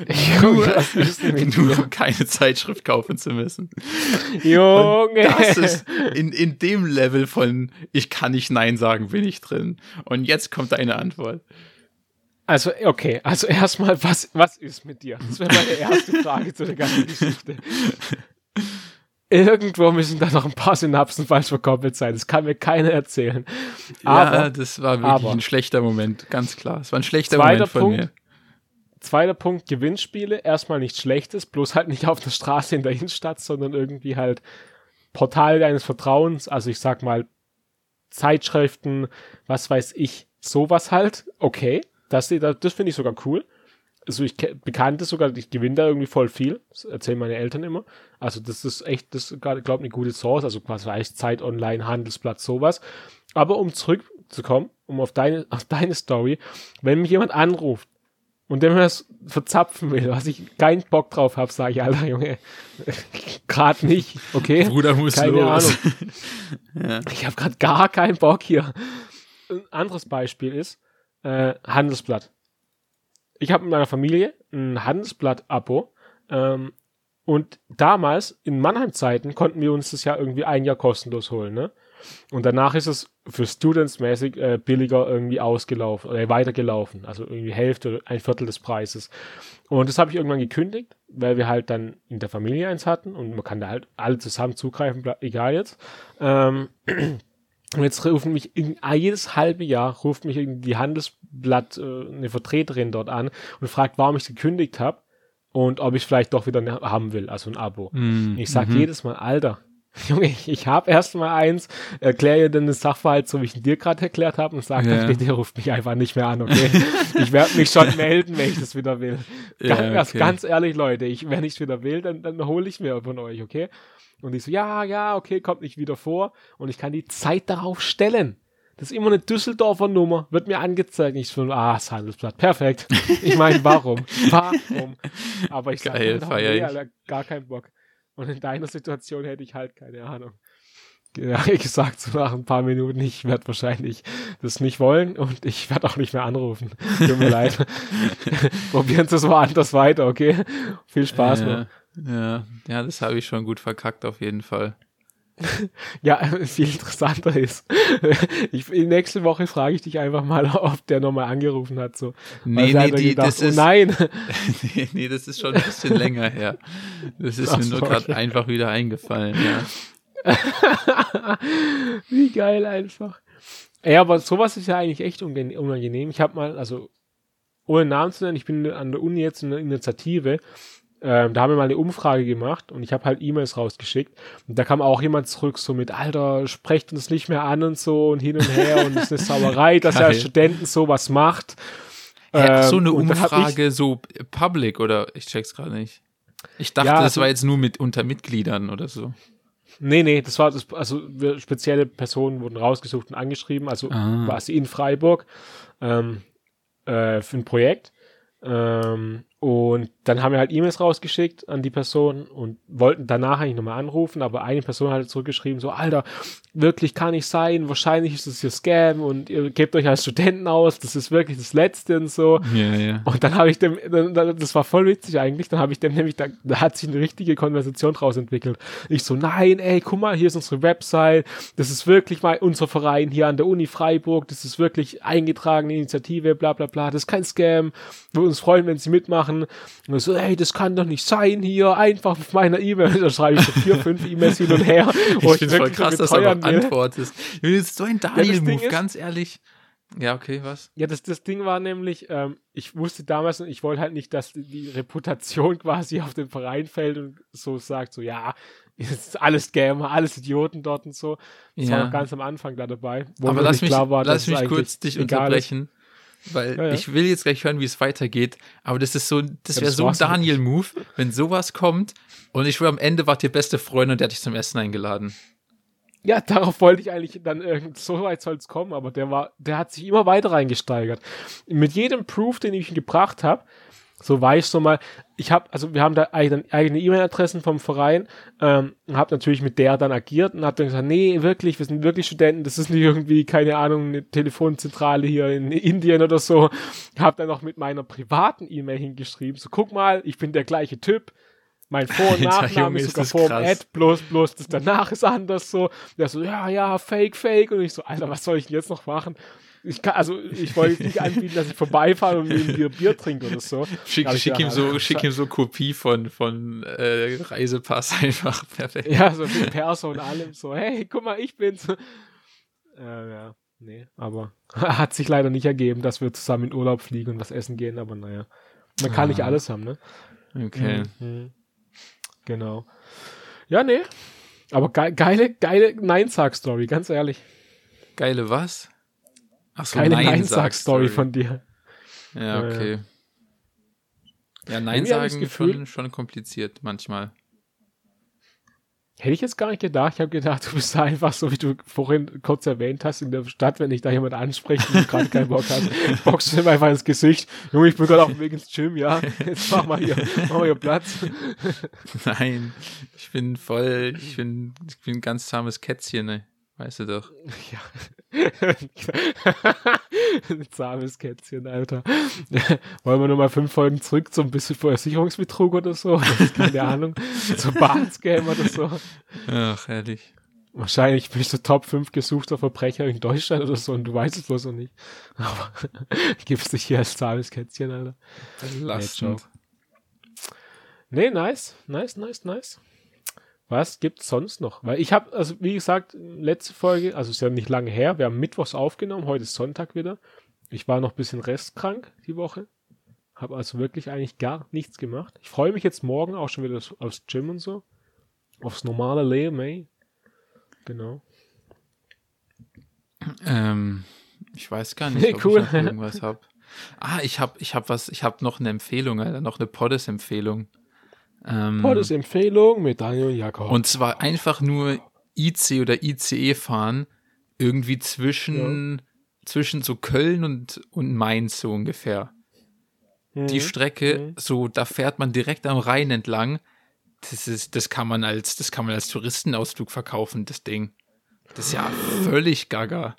Nur um keine Zeitschrift kaufen zu müssen. Junge! Und das ist in dem Level von ich kann nicht Nein sagen, bin ich drin. Und jetzt kommt deine Antwort. Also, okay, also erstmal, was ist mit dir? Das wäre meine erste Frage zu der ganzen Geschichte. Irgendwo müssen da noch ein paar Synapsen falsch verkoppelt sein. Das kann mir keiner erzählen. Ja, das war wirklich ein schlechter Moment, ganz klar. Es war ein schlechter Moment von mir. Zweiter Punkt, Gewinnspiele. Erstmal nichts Schlechtes, bloß halt nicht auf der Straße in der Innenstadt, sondern irgendwie halt Portal deines Vertrauens. Also ich sag mal, Zeitschriften, was weiß ich, sowas halt. Okay. Das finde ich sogar cool. Also ich Bekannte sogar, ich gewinne da irgendwie voll viel. Das erzählen meine Eltern immer. Also das ist echt, das ist, glaube ich, eine gute Source. Also quasi Zeit Online, Handelsblatt, sowas. Aber um zurückzukommen, auf deine Story, wenn mich jemand anruft und der mir das verzapfen will, was ich keinen Bock drauf habe, sage ich, Alter, Junge, gerade nicht, okay? Bruder muss keine los. Ahnung. Ja. Ich habe gerade gar keinen Bock hier. Ein anderes Beispiel ist, Handelsblatt. Ich habe mit meiner Familie ein Handelsblatt-Abo und damals, in Mannheim-Zeiten, konnten wir uns das ja irgendwie ein Jahr kostenlos holen, ne? Und danach ist es für Students mäßig billiger irgendwie ausgelaufen oder weitergelaufen, also irgendwie Hälfte oder ein Viertel des Preises. Und das habe ich irgendwann gekündigt, weil wir halt dann in der Familie eins hatten und man kann da halt alle zusammen zugreifen, egal jetzt. Und jetzt rufen mich jedes halbe Jahr ruft mich die Handelsblatt eine Vertreterin dort an und fragt, warum ich gekündigt habe und ob ich vielleicht doch wieder haben will, also ein Abo. Ich sag jedes Mal, Alter, Junge, ich habe erst mal eins, erkläre ihr dann den Sachverhalt, so wie ich ihn dir gerade erklärt habe und sage dann, bitte ruft mich einfach nicht mehr an, okay? Ich werde mich schon melden, wenn ich das wieder will. Ganz ehrlich, Leute, wenn ich es wieder will, dann hole ich mir von euch, okay? Und ich so, ja, okay, kommt nicht wieder vor. Und ich kann die Zeit darauf stellen. Das ist immer eine Düsseldorfer Nummer, wird mir angezeigt. Ich so, das Handelsblatt, perfekt. Ich meine, warum? Aber ich sage, gar keinen Bock. Und in deiner Situation hätte ich halt keine Ahnung. Ja, ich gesagt so nach ein paar Minuten, ich werde wahrscheinlich das nicht wollen und ich werde auch nicht mehr anrufen. Tut mir leid. Probieren Sie es mal anders weiter, okay? Viel Spaß noch. Ja, das habe ich schon gut verkackt auf jeden Fall. Ja, viel interessanter ist, nächste Woche frage ich dich einfach mal, ob der nochmal angerufen hat. So. Nee, das ist schon ein bisschen länger her. Das ist mir nur gerade einfach wieder eingefallen, ja. Wie geil einfach. Ja, aber sowas ist ja eigentlich echt unangenehm. Ich habe mal, also ohne Namen zu nennen, ich bin an der Uni jetzt in einer Initiative, da haben wir mal eine Umfrage gemacht und ich habe halt E-Mails rausgeschickt und da kam auch jemand zurück so mit, Alter, sprecht uns nicht mehr an und so und hin und her und es ist eine Sauerei, dass ihr als Studenten sowas macht. So eine Umfrage, so public oder ich check's gerade nicht. Ich dachte, das war jetzt nur unter Mitgliedern oder so. Nee, das war also spezielle Personen wurden rausgesucht und angeschrieben, also war sie in Freiburg für ein Projekt. Und dann haben wir halt E-Mails rausgeschickt an die Person und wollten danach eigentlich nochmal anrufen, aber eine Person hat zurückgeschrieben, so, Alter, wirklich kann nicht sein, wahrscheinlich ist das hier Scam und ihr gebt euch als Studenten aus, das ist wirklich das Letzte und so. Ja. Und dann habe ich das war voll witzig eigentlich, dann habe ich dem nämlich, da hat sich eine richtige Konversation draus entwickelt. Ich so, nein, ey, guck mal, hier ist unsere Website, das ist wirklich mal unser Verein hier an der Uni Freiburg, das ist wirklich eingetragene Initiative, bla bla bla, das ist kein Scam, wir würden uns freuen, wenn sie mitmachen. Und so, ey, das kann doch nicht sein hier, einfach auf meiner E-Mail. Da schreibe ich so 4, 5 E-Mails hin und her. Ich finde es voll krass, dass du auch antwortest. Das ist so ein Daniel-Move, ganz ehrlich. Ja, okay, was? Ja, das Ding war nämlich, ich wusste damals, ich wollte halt nicht, dass die Reputation quasi auf den Verein fällt und so sagt, so, ja, ist alles Gamer, alles Idioten dort und so. Das war noch ganz am Anfang da dabei. Wo aber lass mich kurz dich unterbrechen. Ist. Weil ich will jetzt gleich hören, wie es weitergeht, aber das wäre so ein Daniel-Move, wenn sowas kommt und ich schwöre, am Ende wart ihr beste Freunde und der hat dich zum Essen eingeladen. Ja, darauf wollte ich eigentlich dann so weit soll es kommen, aber der hat sich immer weiter reingesteigert. Mit jedem Proof, den ich ihm gebracht habe, So weißt du mal, wir haben da eigene E-Mail-Adressen vom Verein, habe natürlich mit der dann agiert und habe dann gesagt, nee, wirklich, wir sind wirklich Studenten, das ist nicht irgendwie, keine Ahnung, eine Telefonzentrale hier in Indien oder so. Habe dann noch mit meiner privaten E-Mail hingeschrieben, so guck mal, ich bin der gleiche Typ, mein Vor- und Nachname ist sogar vor dem Ad, bloß das danach ist anders so. Der so, ja, fake. Und ich so, Alter, was soll ich denn jetzt noch machen? Ich wollte jetzt nicht anbieten, dass ich vorbeifahre und neben dir Bier trinke oder so. Schick ihm so Kopie von Reisepass einfach. Perfekt. Ja, so mit Perso und allem so, hey, guck mal, ich bin's. Nee, aber hat sich leider nicht ergeben, dass wir zusammen in Urlaub fliegen und was essen gehen, aber naja. Man kann nicht alles haben, ne? Okay. Mhm. Genau. Ja, nee. Aber geile Nein-Sag-Story, ganz ehrlich. Geile was? Ach so, geile Nein-Sag-Story von dir. Ja, okay. Ja, Nein sagen ist schon kompliziert manchmal. Hätte ich jetzt gar nicht gedacht. Ich habe gedacht, du bist da einfach so, wie du vorhin kurz erwähnt hast, in der Stadt, wenn dich da jemand anspricht und du gerade keinen Bock hast, boxst du ihm einfach ins Gesicht. Junge, ich bin gerade auf dem Weg ins Gym, ja. Jetzt mach mal hier Platz. Nein, ich bin ein ganz zahmes Kätzchen, ne? Weißt du doch. Ja. Ein zahmes Kätzchen, Alter. Wollen wir nochmal 5 Folgen zurück so ein bisschen Versicherungsbetrug oder so? Keine Ahnung. So Bahnscam oder so. Ach, ehrlich. Wahrscheinlich bist du Top 5 gesuchter Verbrecher in Deutschland oder so und du weißt es bloß noch nicht. Aber gibst dich hier als zahmes Kätzchen, Alter. Belastend. Nee, nice. Was gibt's sonst noch? Weil ich habe, also wie gesagt, letzte Folge, also ist ja nicht lange her, wir haben mittwochs aufgenommen, heute ist Sonntag wieder. Ich war noch ein bisschen restkrank die Woche. Habe also wirklich eigentlich gar nichts gemacht. Ich freue mich jetzt morgen auch schon wieder aufs Gym und so. Aufs normale Leben, ey. Genau. Ich weiß gar nicht, ob ich noch irgendwas habe. Ich habe noch eine Empfehlung, Alter, noch eine Poddes-Empfehlung. Poddes-Empfehlung mit Daniel und Jakob. Und zwar einfach nur IC oder ICE fahren, irgendwie zwischen so Köln und Mainz so ungefähr. Die Strecke, so, da fährt man direkt am Rhein entlang. Das kann man als Touristenausflug verkaufen, das Ding. Das ist ja völlig gaga.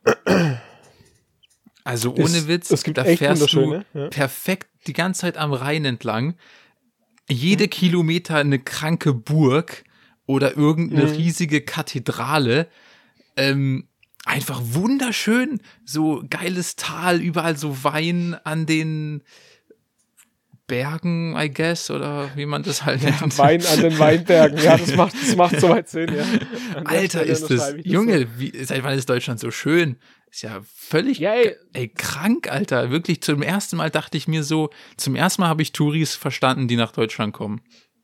Also ohne Witz, da fährst du perfekt die ganze Zeit am Rhein entlang. Jede Kilometer eine kranke Burg oder irgendeine riesige Kathedrale. Einfach wunderschön. So geiles Tal, überall so Wein an den Bergen, I guess, oder wie man das halt nennt. Wein an den Weinbergen, ja, das macht soweit Sinn, ja. Alter, ist das, Junge, seit wann ist Deutschland so schön? Ist ja völlig, krank, Alter. Wirklich, zum ersten Mal dachte ich mir so, habe ich Touris verstanden, die nach Deutschland kommen.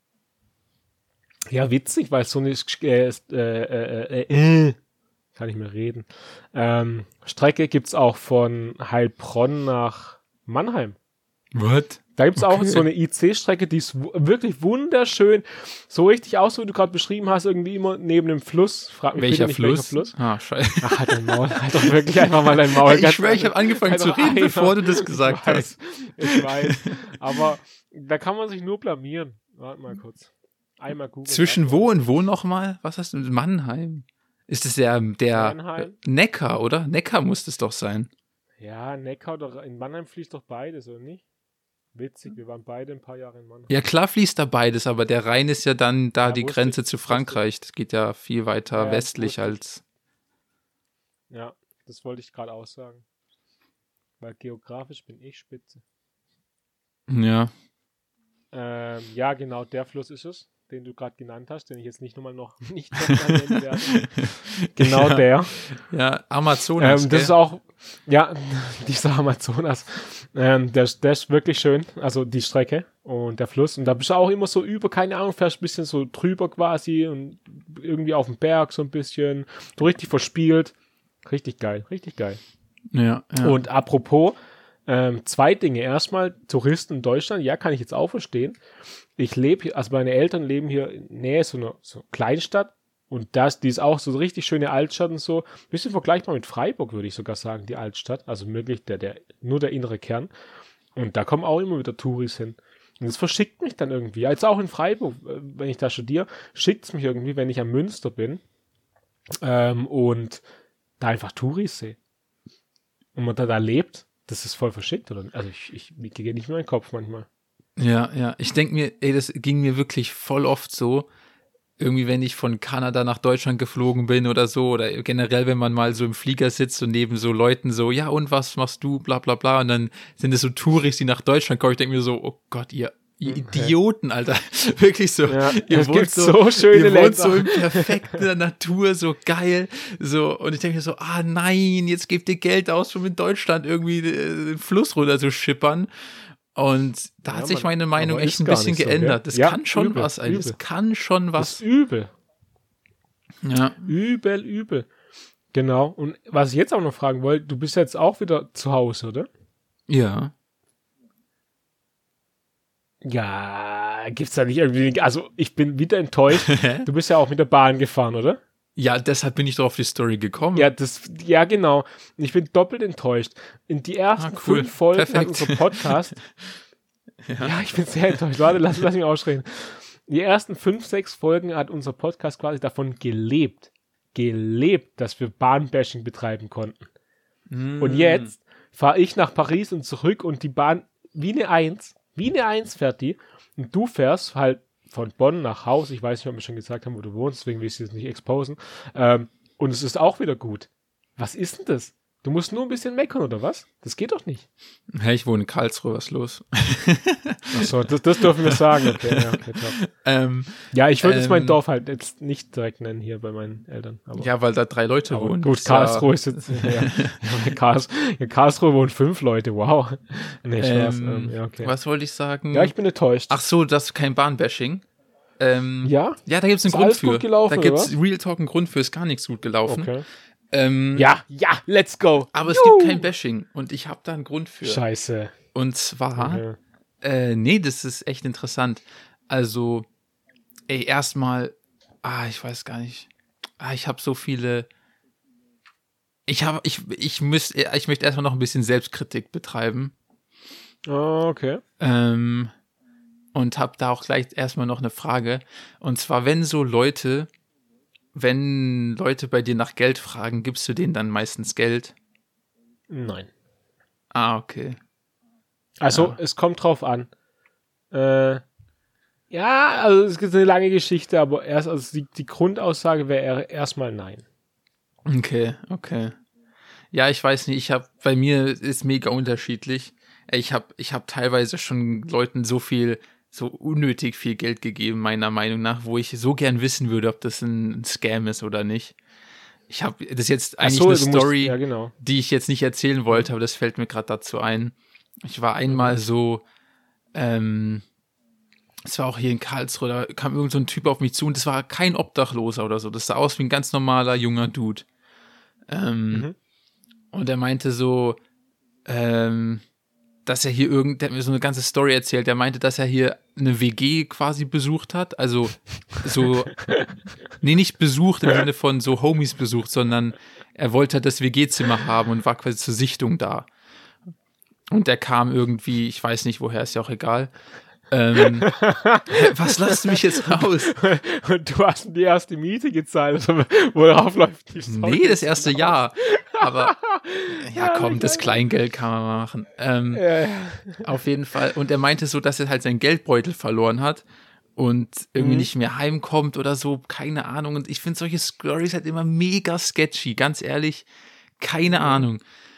Ja, witzig, weil so eine kann ich mehr reden. Strecke gibt's auch von Heilbronn nach Mannheim. What? Da gibt's auch so eine IC-Strecke, die ist wirklich wunderschön. So richtig aus, wie du gerade beschrieben hast, irgendwie immer neben dem Fluss. Frag mich welcher Fluss? Ah, scheiße. Ach, halt dein Maul. Halt doch wirklich einfach mal dein Maul. Ich schwöre, ich habe angefangen zu reden, bevor du das gesagt hast. Ich weiß. Aber da kann man sich nur blamieren. Warte mal kurz. Einmal googeln. Zwischen wo und wo nochmal? Was hast du? Mannheim. Ist es der Neckar, oder? Neckar muss es doch sein. Ja, Neckar oder in Mannheim fließt doch beides, oder nicht? Witzig, wir waren beide ein paar Jahre in Mannheim. Ja, klar fließt da beides, aber der Rhein ist ja dann da die Grenze zu Frankreich. Das geht ja viel weiter westlich als... Ja, das wollte ich gerade auch sagen. Weil geografisch bin ich spitze. Ja. Ja, genau, der Fluss ist es, den du gerade genannt hast, den ich jetzt nicht nochmal nennen werde. Genau ja. Der. Ja, Amazonas. Das ist auch, ja, dieser Amazonas. Der ist wirklich schön, also die Strecke und der Fluss. Und da bist du auch immer so über, keine Ahnung, fährst ein bisschen so drüber quasi und irgendwie auf dem Berg so ein bisschen, so richtig verspielt. Richtig geil. Ja. Und apropos, 2 Dinge. Erstmal, Touristen in Deutschland, ja, kann ich jetzt auch verstehen. Ich lebe hier, also meine Eltern leben hier in Nähe so einer Kleinstadt und die ist auch so eine richtig schöne Altstadt und so. Bisschen vergleichbar mit Freiburg, würde ich sogar sagen, die Altstadt. Also möglich nur der innere Kern. Und da kommen auch immer wieder Touris hin. Und das verschickt mich dann irgendwie. Jetzt auch in Freiburg, wenn ich da studiere, schickt es mich irgendwie, wenn ich am Münster bin und da einfach Touris sehe. Und man da lebt, das ist voll verschickt, oder? Also ich gehe nicht mehr in den Kopf manchmal. Ja. Ich denke mir, das ging mir wirklich voll oft so, irgendwie, wenn ich von Kanada nach Deutschland geflogen bin oder so, oder generell, wenn man mal so im Flieger sitzt und neben so Leuten so, ja, und was machst du, bla bla bla, und dann sind es so Touris, die nach Deutschland kommen. Ich denke mir so, oh Gott, ihr Idioten, Alter. Wirklich so. Ja, ihr wohnt so schöne Länder. Ihr wohnt so in perfekter Natur, so geil. So, und ich denke mir so, nein, jetzt gebt ihr Geld aus, um in Deutschland irgendwie den Fluss runter zu schippern. Und da hat sich meine Meinung echt ein bisschen geändert. Das kann schon was, Alter. Das kann schon was. Das ist übel. Ja. Übel. Genau. Und was ich jetzt auch noch fragen wollte, du bist jetzt auch wieder zu Hause, oder? Ja. Ja, gibt's da nicht irgendwie, also ich bin wieder enttäuscht. Du bist ja auch mit der Bahn gefahren, oder? Ja, deshalb bin ich doch auf die Story gekommen. Ja, genau. Ich bin doppelt enttäuscht. In die ersten 5 Folgen hat unser Podcast. Ja, ich bin sehr enttäuscht. Warte, lass mich ausreden. Die ersten 5, 6 Folgen hat unser Podcast quasi davon gelebt, dass wir Bahnbashing betreiben konnten. Und jetzt fahre ich nach Paris und zurück und die Bahn wie eine 1 fährt die. Und du fährst halt von Bonn nach Haus. Ich weiß nicht, ob wir schon gesagt haben, wo du wohnst, deswegen will ich es jetzt nicht exposen. Und es ist auch wieder gut. Was ist denn das? Du musst nur ein bisschen meckern, oder was? Das geht doch nicht. Hey, ich wohne in Karlsruhe, was ist los? Achso, das dürfen wir sagen. Okay, top. Ja, ich würde jetzt mein Dorf halt jetzt nicht direkt nennen hier bei meinen Eltern. Aber, ja, weil da 3 Leute wohnen. Gut, Karlsruhe ist jetzt... in Karlsruhe wohnen 5 Leute, wow. Nee, Spaß. Okay. Was wollte ich sagen? Ja, ich bin enttäuscht. Ach so, das ist kein Bahnbashing. Ja? Ja, da gibt es einen Grund für. Gut gelaufen, da gibt es Real Talk einen Grund für, ist gar nichts gut gelaufen. Okay. Ja, let's go. Aber es gibt kein Bashing und ich habe da einen Grund für. Scheiße. Und zwar, das ist echt interessant. Also, erstmal, ich weiß gar nicht. Ich habe so viele. Ich möchte erstmal noch ein bisschen Selbstkritik betreiben. Okay. Und habe da auch gleich erstmal noch eine Frage. Und zwar, wenn Leute bei dir nach Geld fragen, gibst du denen dann meistens Geld? Nein. Okay. Also, es kommt drauf an. Also es gibt eine lange Geschichte, aber die Grundaussage wäre erstmal nein. Okay. Ja, ich weiß nicht, bei mir ist mega unterschiedlich. Ich hab teilweise schon Leuten so unnötig viel Geld gegeben, meiner Meinung nach, wo ich so gern wissen würde, ob das ein Scam ist oder nicht. Ich habe das jetzt eigentlich eine Story, die ich jetzt nicht erzählen wollte, aber das fällt mir gerade dazu ein. Ich war einmal so, es war auch hier in Karlsruhe, da kam irgend so ein Typ auf mich zu und das war kein Obdachloser oder so. Das sah aus wie ein ganz normaler junger Dude. Und er meinte so, dass er hier der hat mir so eine ganze Story erzählt, der meinte, dass er hier eine WG quasi besucht hat, also so, nicht besucht im Sinne von so Homies besucht, sondern er wollte halt das WG-Zimmer haben und war quasi zur Sichtung da. Und der kam irgendwie, ich weiß nicht woher, ist ja auch egal. Was lasst mich jetzt raus? Und du hast die erste Miete gezahlt, also worauf läuft die Story? Nee, das erste Jahr. Aber ja, komm, das Kleingeld kann man machen. Auf jeden Fall. Und er meinte so, dass er halt seinen Geldbeutel verloren hat und irgendwie nicht mehr heimkommt oder so, keine Ahnung. Und ich finde solche Stories halt immer mega sketchy, ganz ehrlich, keine Ahnung.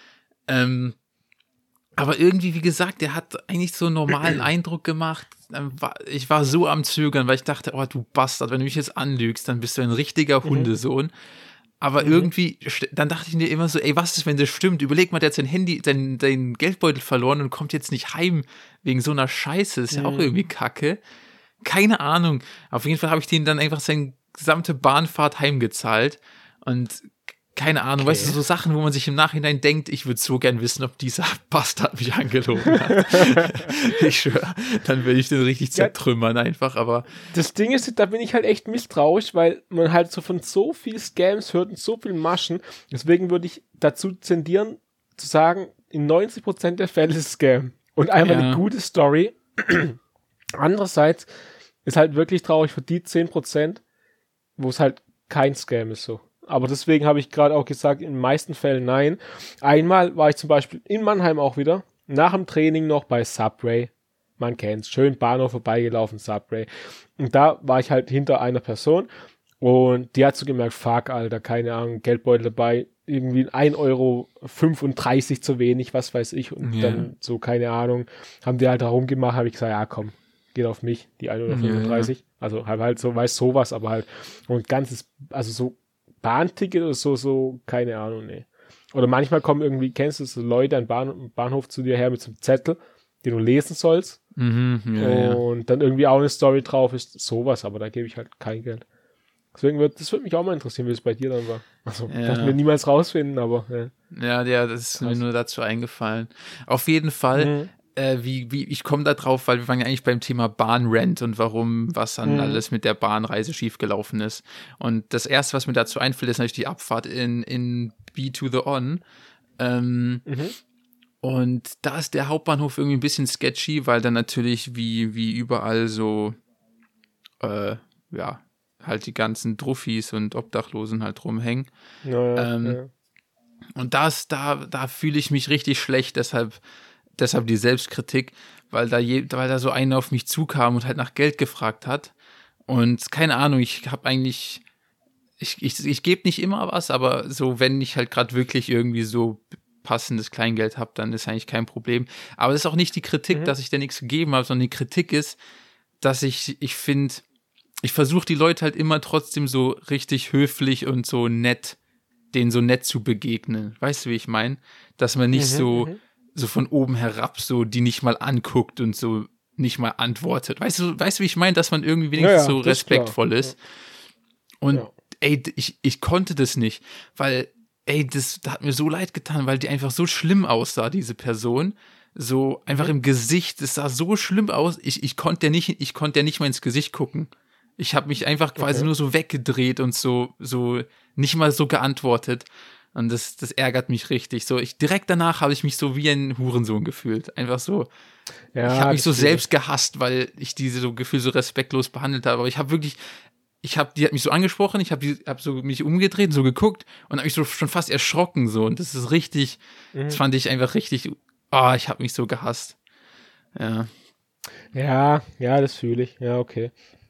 Aber irgendwie, wie gesagt, der hat eigentlich so einen normalen Eindruck gemacht. Ich war so am Zögern, weil ich dachte, oh, du Bastard, wenn du mich jetzt anlügst, dann bist du ein richtiger Hundesohn. Aber irgendwie, dann dachte ich mir immer so, ey, was ist, wenn das stimmt? Überleg mal, der hat dein Geldbeutel verloren und kommt jetzt nicht heim wegen so einer Scheiße. Das ist ja auch irgendwie kacke. Keine Ahnung. Auf jeden Fall habe ich denen dann einfach seine gesamte Bahnfahrt heimgezahlt. Und keine Ahnung, weißt du, so Sachen, wo man sich im Nachhinein denkt, ich würde so gern wissen, ob dieser Bastard mich angelogen hat. Ich schwöre, dann würde ich den richtig zertrümmern einfach, aber... Das Ding ist, da bin ich halt echt misstrauisch, weil man halt so von so viel Scams hört und so viel Maschen, deswegen würde ich dazu tendieren, zu sagen, in 90% der Fälle ist es Scam. Und einmal eine gute Story, Andererseits ist halt wirklich traurig für die 10%, wo es halt kein Scam ist so. Aber deswegen habe ich gerade auch gesagt, in den meisten Fällen nein. Einmal war ich zum Beispiel in Mannheim auch wieder, nach dem Training noch bei Subway. Man kennt's, schön Bahnhof vorbeigelaufen, Subway. Und da war ich halt hinter einer Person und die hat so gemerkt, fuck, Alter, keine Ahnung, Geldbeutel dabei, irgendwie 1,35 Euro zu wenig, was weiß ich. Und dann so, keine Ahnung, haben die halt da rumgemacht, habe ich gesagt, ja komm, geht auf mich, die 1,35 Euro. Ja. Also halt so, weiß sowas, aber halt und ganzes, also so Bahnticket oder so, keine Ahnung, nee. Oder manchmal kommen irgendwie, kennst du so Leute am Bahnhof zu dir her mit so einem Zettel, den du lesen sollst. Und dann irgendwie auch eine Story drauf ist, sowas, aber da gebe ich halt kein Geld. Deswegen das würde mich auch mal interessieren, wie es bei dir dann war. Also, das wir niemals rausfinden, aber. Ja, das ist mir nur dazu eingefallen. Auf jeden Fall, ich komme da drauf, weil wir waren ja eigentlich beim Thema Bahnrent und was dann alles mit der Bahnreise schiefgelaufen ist. Und das Erste, was mir dazu einfällt, ist natürlich die Abfahrt in B to the On. Und da ist der Hauptbahnhof irgendwie ein bisschen sketchy, weil dann natürlich wie überall so, halt die ganzen Druffis und Obdachlosen halt rumhängen. Und da fühle ich mich richtig schlecht, deshalb die Selbstkritik, weil da so einer auf mich zukam und halt nach Geld gefragt hat. Und keine Ahnung, ich habe eigentlich, ich gebe nicht immer was, aber so, wenn ich halt gerade wirklich irgendwie so passendes Kleingeld habe, dann ist eigentlich kein Problem. Aber das ist auch nicht die Kritik, dass ich da nichts gegeben habe, sondern die Kritik ist, dass ich finde, ich versuche die Leute halt immer trotzdem so richtig höflich und so nett, denen so nett zu begegnen. Weißt du, wie ich meine? Dass man nicht so von oben herab so die nicht mal anguckt und so nicht mal antwortet. Weißt du, wie ich meine? Dass man irgendwie wenigstens so respektvoll ist. Und ich konnte das nicht, weil das hat mir so leid getan, weil die einfach so schlimm aussah, diese Person. So einfach im Gesicht, es sah so schlimm aus. Ich konnte ja nicht mal ins Gesicht gucken. Ich habe mich einfach quasi nur so weggedreht und so nicht mal so geantwortet. Und das ärgert mich richtig. So, direkt danach habe ich mich so wie ein Hurensohn gefühlt. Einfach so. Ja, ich habe mich so selbst gehasst, weil ich diese so Gefühl so respektlos behandelt habe. Aber ich habe wirklich, die hat mich so angesprochen, ich habe so mich umgedreht, so geguckt und habe mich so schon fast erschrocken so. Und das ist richtig, das fand ich einfach richtig, ich habe mich so gehasst. Ja. Ja, das fühle ich. Ja, okay.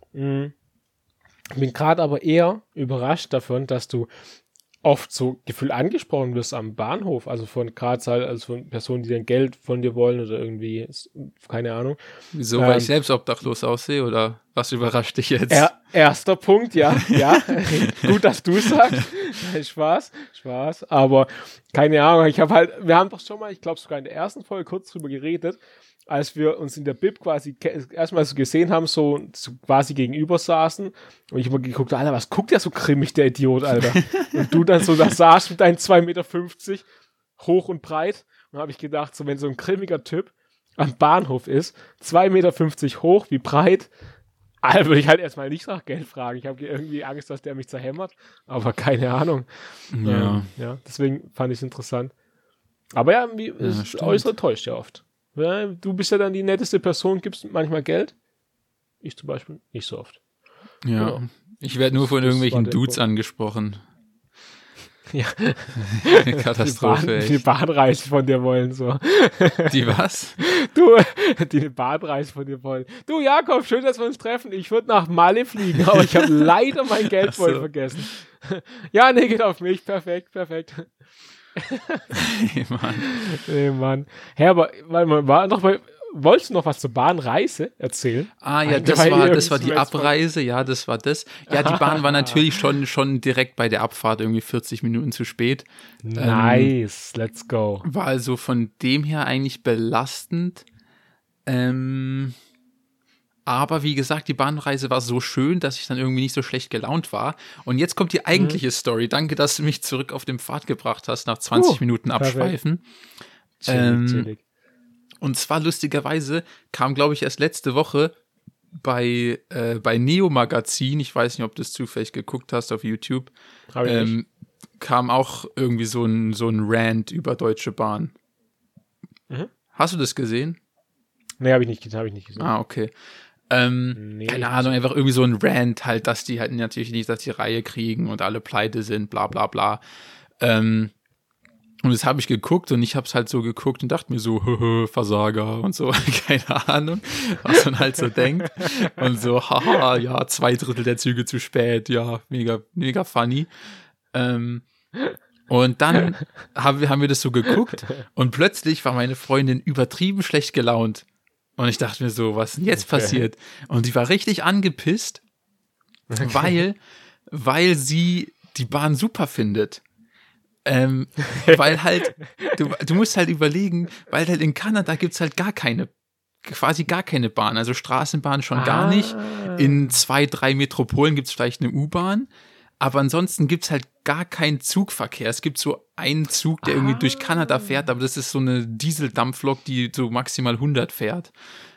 Ich bin gerade aber eher überrascht davon, dass du oft so gefühlt angesprochen wirst am Bahnhof, also von von Personen, die dann Geld von dir wollen oder irgendwie, keine Ahnung. Wieso, weil ich selbst obdachlos aussehe oder was überrascht dich jetzt? Erster Punkt, ja. Gut, dass du sagst. Spaß, aber keine Ahnung, wir haben doch schon mal, ich glaube sogar in der ersten Folge kurz drüber geredet, als wir uns in der Bib quasi erstmal so gesehen haben, so quasi gegenüber saßen und ich immer geguckt, Alter, was guckt der so grimmig, der Idiot, Alter? Und du dann so da saßt mit deinen 2,50 Meter hoch und breit und habe ich gedacht, so wenn so ein grimmiger Typ am Bahnhof ist, 2,50 Meter hoch, wie breit, Alter, würde ich halt erstmal nicht nach Geld fragen. Ich habe irgendwie Angst, dass der mich zerhämmert, aber keine Ahnung. Ja, deswegen fand ich es interessant. Aber ja, das Äußere täuscht ja oft. Ja, du bist ja dann die netteste Person, gibst manchmal Geld. Ich zum Beispiel nicht so oft. Ja, genau. Ich werde nur von irgendwelchen Dudes angesprochen. Ja. Katastrophe. Die Bahnreise von dir wollen, so. Die was? Die eine Bahnreise von dir wollen. Du, Jakob, schön, dass wir uns treffen. Ich würde nach Malle fliegen, aber ich habe leider mein Geldbeutel vergessen. Ja, nee, geht auf mich. Perfekt. Nee, Mann. Hey, aber wolltest du noch was zur Bahnreise erzählen? Ja, das war die Abreise, ja, das war das. Ja, die Bahn war natürlich schon direkt bei der Abfahrt irgendwie 40 Minuten zu spät. Nice, let's go. War also von dem her eigentlich belastend. Aber wie gesagt, die Bahnreise war so schön, dass ich dann irgendwie nicht so schlecht gelaunt war. Und jetzt kommt die eigentliche Story. Danke, dass du mich zurück auf den Pfad gebracht hast, nach 20 Minuten Abschweifen. Chillig. Und zwar lustigerweise kam, glaube ich, erst letzte Woche bei Neo Magazin, ich weiß nicht, ob du es zufällig geguckt hast auf YouTube, kam auch irgendwie so ein Rant über Deutsche Bahn. Hast du das gesehen? Nee, habe ich nicht gesehen. Ah, okay. Keine Ahnung, einfach irgendwie so ein Rant halt, dass die halt natürlich nicht, dass die Reihe kriegen und alle pleite sind, bla bla bla. Und das habe ich geguckt und ich habe es halt so geguckt und dachte mir so, Versager und so, keine Ahnung, was man halt so denkt. Und so, haha, ja, 2/3 der Züge zu spät, ja, mega, mega funny. Und dann haben wir das so geguckt und plötzlich war meine Freundin übertrieben schlecht gelaunt. Und ich dachte mir so, was ist denn jetzt passiert? Und die war richtig angepisst, weil sie die Bahn super findet. Weil halt, du musst halt überlegen, weil halt in Kanada gibt's halt quasi gar keine Bahn, also Straßenbahn schon gar nicht. In 2, 3 Metropolen gibt's vielleicht eine U-Bahn, aber ansonsten gibt's halt gar keinen Zugverkehr. Es gibt so einen Zug, der irgendwie durch Kanada fährt, aber das ist so eine Dieseldampflok, die so maximal 100 fährt.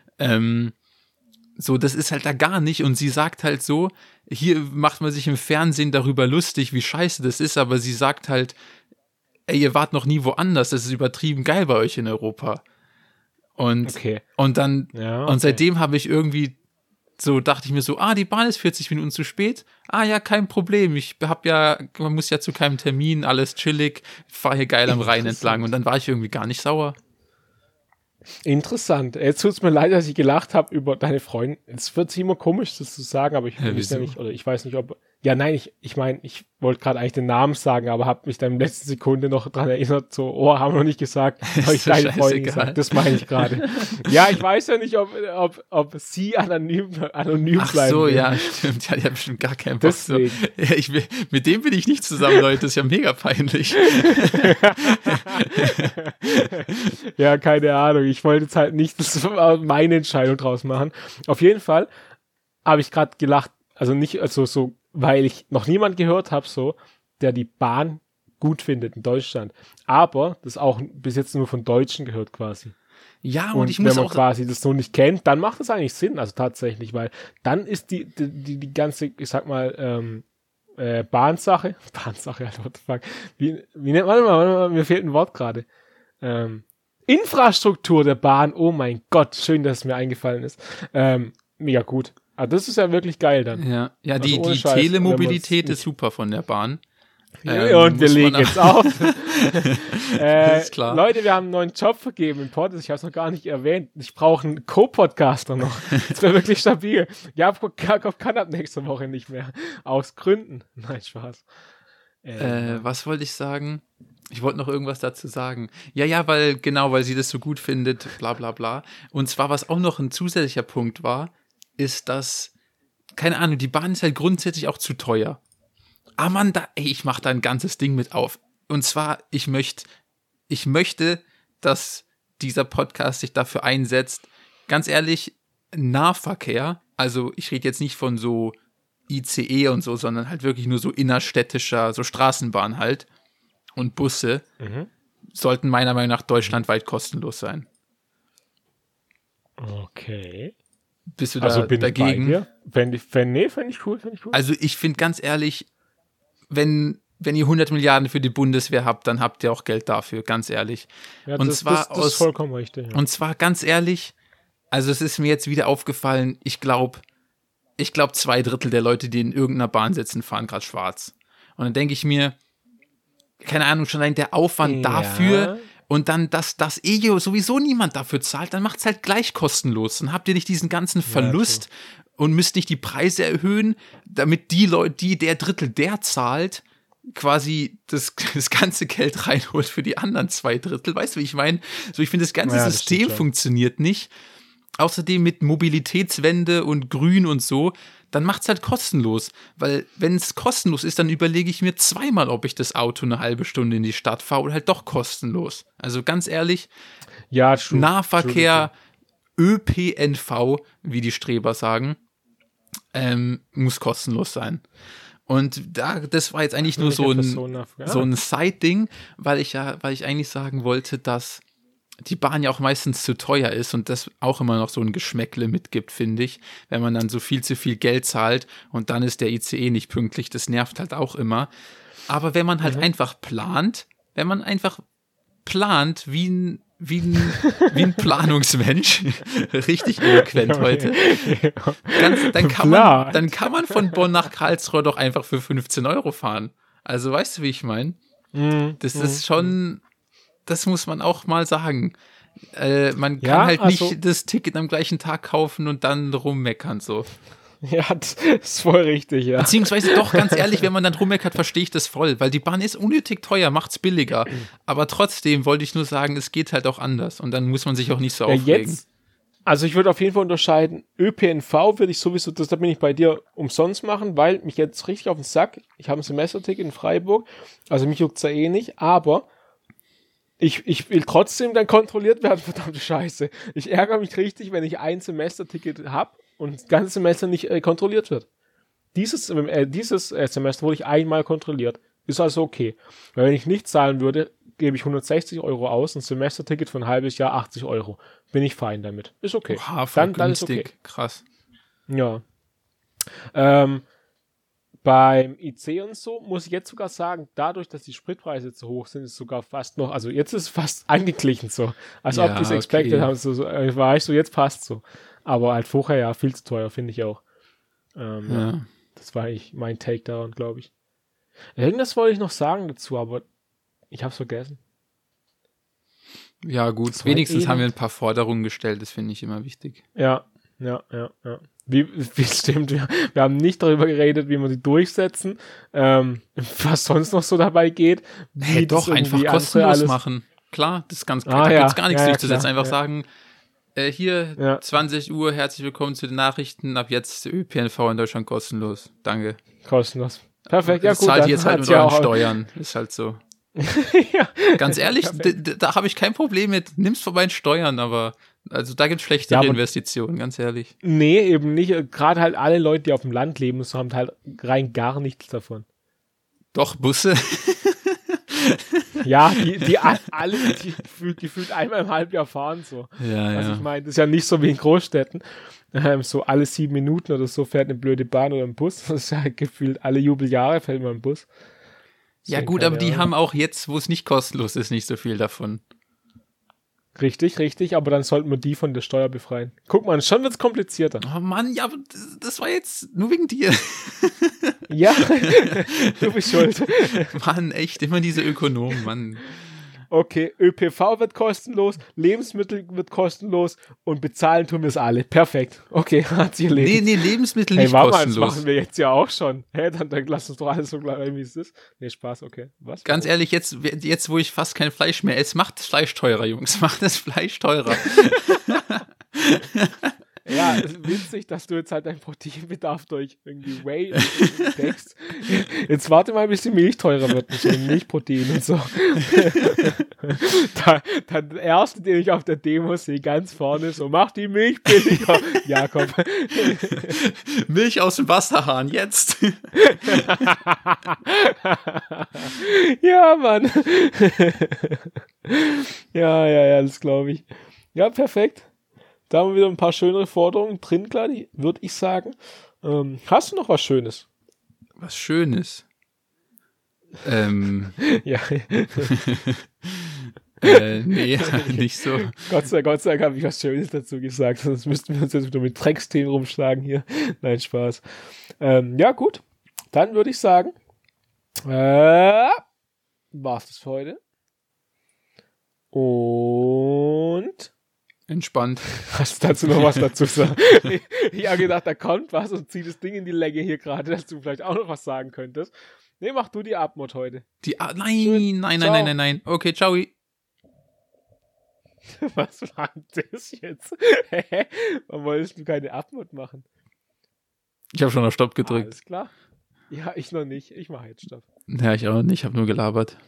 So, das ist halt da gar nicht. Und sie sagt halt so, hier macht man sich im Fernsehen darüber lustig, wie scheiße das ist, aber sie sagt halt, ey, ihr wart noch nie woanders, das ist übertrieben geil bei euch in Europa. Und dann, und seitdem habe ich irgendwie so, dachte ich mir so, die Bahn ist 40 Minuten zu spät. Ja, kein Problem. Man muss ja zu keinem Termin, alles chillig, fahre hier geil am Rhein entlang. Und dann war ich irgendwie gar nicht sauer. Interessant. Jetzt tut es mir leid, dass ich gelacht habe über deine Freundin. Es wird immer komisch, das zu sagen, aber ich weiß ja nicht, oder ich weiß nicht, ob. Ja, nein, ich meine, ich wollte gerade eigentlich den Namen sagen, aber habe mich dann in der letzten Sekunde noch dran erinnert, so, haben wir noch nicht gesagt, habe ich deine Freundin gesagt, das meine ich gerade. Ja, ich weiß ja nicht, ob sie anonym bleiben. Ach so, ja, stimmt, ja, die hat bestimmt gar keinen Bock. So. Ja, mit dem bin ich nicht zusammen, Leute, das ist ja mega peinlich. Ja, keine Ahnung, ich wollte jetzt halt nicht meine Entscheidung draus machen. Auf jeden Fall habe ich gerade gelacht, also nicht, also so, weil ich noch niemand gehört habe, so, der die Bahn gut findet in Deutschland. Aber das auch bis jetzt nur von Deutschen gehört quasi. Ja, und ich muss auch... wenn man quasi das so nicht kennt, dann macht das eigentlich Sinn, also tatsächlich, weil dann ist die ganze, ich sag mal, Bahnsache, Alter, what the fuck, wie nennt man mal, mir fehlt ein Wort gerade. Infrastruktur der Bahn, oh mein Gott, schön, dass es mir eingefallen ist. Mega gut. Also das ist ja wirklich geil dann. Ja, also die Telemobilität ist super von der Bahn. Und wir legen jetzt auf. Ist klar. Leute, wir haben einen neuen Job vergeben im Podcast. Ich habe es noch gar nicht erwähnt. Ich brauche einen Co-Podcaster noch. Das wäre wirklich stabil. Jakob kann ab nächste Woche nicht mehr. Aus Gründen. Nein, Spaß. Was wollte ich sagen? Ich wollte noch irgendwas dazu sagen. Ja, weil sie das so gut findet, bla bla bla. Und zwar, was auch noch ein zusätzlicher Punkt war, ist, dass, keine Ahnung, die Bahn ist halt grundsätzlich auch zu teuer. Mann, ich mache da ein ganzes Ding mit auf. Und zwar, ich möchte, dass dieser Podcast sich dafür einsetzt, ganz ehrlich, Nahverkehr, also ich rede jetzt nicht von so ICE und so, sondern halt wirklich nur so innerstädtischer, so Straßenbahn halt und Busse, sollten meiner Meinung nach deutschlandweit kostenlos sein. Okay. Bist du da dagegen? Fände ich cool. Also ich finde ganz ehrlich, wenn ihr 100 Milliarden für die Bundeswehr habt, dann habt ihr auch Geld dafür, ganz ehrlich. Ja, und das ist vollkommen richtig. Ja. Und zwar ganz ehrlich, also es ist mir jetzt wieder aufgefallen, ich glaube 2/3 der Leute, die in irgendeiner Bahn sitzen, fahren gerade schwarz. Und dann denke ich mir, keine Ahnung, schon allein der Aufwand dafür und dann, dass das sowieso niemand dafür zahlt, dann macht es halt gleich kostenlos. Dann habt ihr nicht diesen ganzen Verlust und müsst nicht die Preise erhöhen, damit die Leute, der Drittel, der zahlt, quasi das ganze Geld reinholt für die anderen 2/3. Weißt du, wie ich meine? So, ich finde, das ganze System funktioniert nicht. Außerdem mit Mobilitätswende und Grün und so, dann macht es halt kostenlos. Weil wenn es kostenlos ist, dann überlege ich mir zweimal, ob ich das Auto eine halbe Stunde in die Stadt fahre oder halt doch kostenlos. Also ganz ehrlich, Nahverkehr, ÖPNV, wie die Streber sagen, muss kostenlos sein. Und das war jetzt eigentlich nur so ein Side-Ding, weil ich eigentlich sagen wollte, dass die Bahn ja auch meistens zu teuer ist und das auch immer noch so ein Geschmäckle mitgibt, finde ich, wenn man dann so viel zu viel Geld zahlt und dann ist der ICE nicht pünktlich, das nervt halt auch immer. Aber wenn man halt einfach plant, wie wie ein Planungsmensch. Richtig eloquent heute. Dann kann man von Bonn nach Karlsruhe doch einfach für 15 € fahren. Also weißt du, wie ich meine? Das ist schon, das muss man auch mal sagen. Man kann halt nicht das Ticket am gleichen Tag kaufen und dann rummeckern so. Ja, das ist voll richtig, ja. Beziehungsweise doch, ganz ehrlich, wenn man dann rummeckert, verstehe ich das voll, weil die Bahn ist unnötig teuer, macht's billiger. Aber trotzdem wollte ich nur sagen, es geht halt auch anders und dann muss man sich auch nicht so aufregen. Also ich würde auf jeden Fall unterscheiden, ÖPNV würde ich sowieso, da bin ich bei dir, umsonst machen, weil mich jetzt richtig auf den Sack, ich habe ein Semesterticket in Freiburg, also mich juckt's ja eh nicht, aber ich will trotzdem dann kontrolliert werden, verdammte Scheiße. Ich ärgere mich richtig, wenn ich ein Semesterticket habe und das ganze Semester nicht kontrolliert wird. Dieses Semester wurde ich einmal kontrolliert. Ist also okay. Weil wenn ich nicht zahlen würde, gebe ich 160 € aus, ein Semesterticket für ein halbes Jahr 80 €. Bin ich fein damit. Ist okay. Oha, voll dann ist okay. Krass. Ja. Beim IC und so muss ich jetzt sogar sagen, dadurch, dass die Spritpreise zu hoch sind, ist sogar fast noch, also jetzt ist es fast angeglichen so. Als ob die es expected haben, so war ich so, jetzt passt so. Aber halt vorher ja viel zu teuer, finde ich auch. Ja. Das war mein Take daran, glaube ich. Irgendwas wollte ich noch sagen dazu, aber ich habe es vergessen. Ja gut, wenigstens haben wir ein paar Forderungen gestellt, das finde ich immer wichtig. Ja. Wie stimmt, wir haben nicht darüber geredet, wie wir die durchsetzen, was sonst noch so dabei geht. Doch, einfach kostenlos machen. Klar, das ist ganz klar. Da gibt's gar nichts durchzusetzen. Einfach sagen, hier 20 Uhr, herzlich willkommen zu den Nachrichten, ab jetzt ÖPNV in Deutschland kostenlos. Danke. Kostenlos. Perfekt, ja gut. Zahlt ihr jetzt halt mit euren Steuern, ist halt so. Ja. Ganz ehrlich, da habe ich kein Problem mit. Nimm's von meinen Steuern, aber also da gibt's schlechtere Investitionen, ganz ehrlich. Nee, eben nicht. Gerade halt alle Leute, die auf dem Land leben, so haben halt rein gar nichts davon. Doch, Busse. Ja, die alle gefühlt einmal im Halbjahr fahren so. Ja, also ich meine, das ist ja nicht so wie in Großstädten. So alle 7 Minuten oder so fährt eine blöde Bahn oder ein Bus. Das ist ja gefühlt alle Jubeljahre fährt mal ein Bus. Ja gut, aber die haben auch jetzt, wo es nicht kostenlos ist, nicht so viel davon. Richtig, aber dann sollten wir die von der Steuer befreien. Guck mal, schon wird's komplizierter. Oh Mann, ja, aber das war jetzt nur wegen dir. Ja, du bist schuld. Mann, echt, immer diese Ökonomen, Mann. Okay, ÖPV wird kostenlos, Lebensmittel wird kostenlos und bezahlen tun wir es alle. Perfekt. Okay, hat sich erledigt. Nee, Lebensmittel nicht kostenlos. Das machen wir jetzt ja auch schon. Dann lass uns doch alles so bleiben, wie es ist. Nee, Spaß, okay. Was? Ganz ehrlich, jetzt, wo ich fast kein Fleisch mehr esse, macht das Fleisch teurer, Jungs. Macht das Fleisch teurer. Ja, es ist witzig, dass du jetzt halt deinen Proteinbedarf durch irgendwie Whey deckst. Jetzt warte mal, bis die Milch teurer wird, mit den Milchproteinen und so. Der erste, den ich auf der Demo sehe, ganz vorne, so, mach die Milch billiger. Jakob. Milch aus dem Wasserhahn, jetzt. Ja, Mann. Ja, das glaube ich. Ja, perfekt. Da haben wir wieder ein paar schönere Forderungen drin, klar, würde ich sagen. Hast du noch was Schönes? Was Schönes? Ja. Nee, nicht so. Gott sei Dank habe ich was Schönes dazu gesagt, sonst müssten wir uns jetzt wieder mit Drecksthemen rumschlagen hier. Nein, Spaß. Ja, gut. Dann würde ich sagen, war's das für heute. Und entspannt. Hast du dazu noch was dazu sagen? Ich habe gedacht, da kommt was und zieht das Ding in die Länge hier gerade, dass du vielleicht auch noch was sagen könntest. Nee, mach du die Abmod heute. Nein. Okay, ciao. Was war das jetzt? Warum wolltest du keine Abmod machen? Ich habe schon auf Stopp gedrückt. Alles klar. Ja, ich noch nicht. Ich mache jetzt Stopp. Ja, ich auch nicht. Ich habe nur gelabert.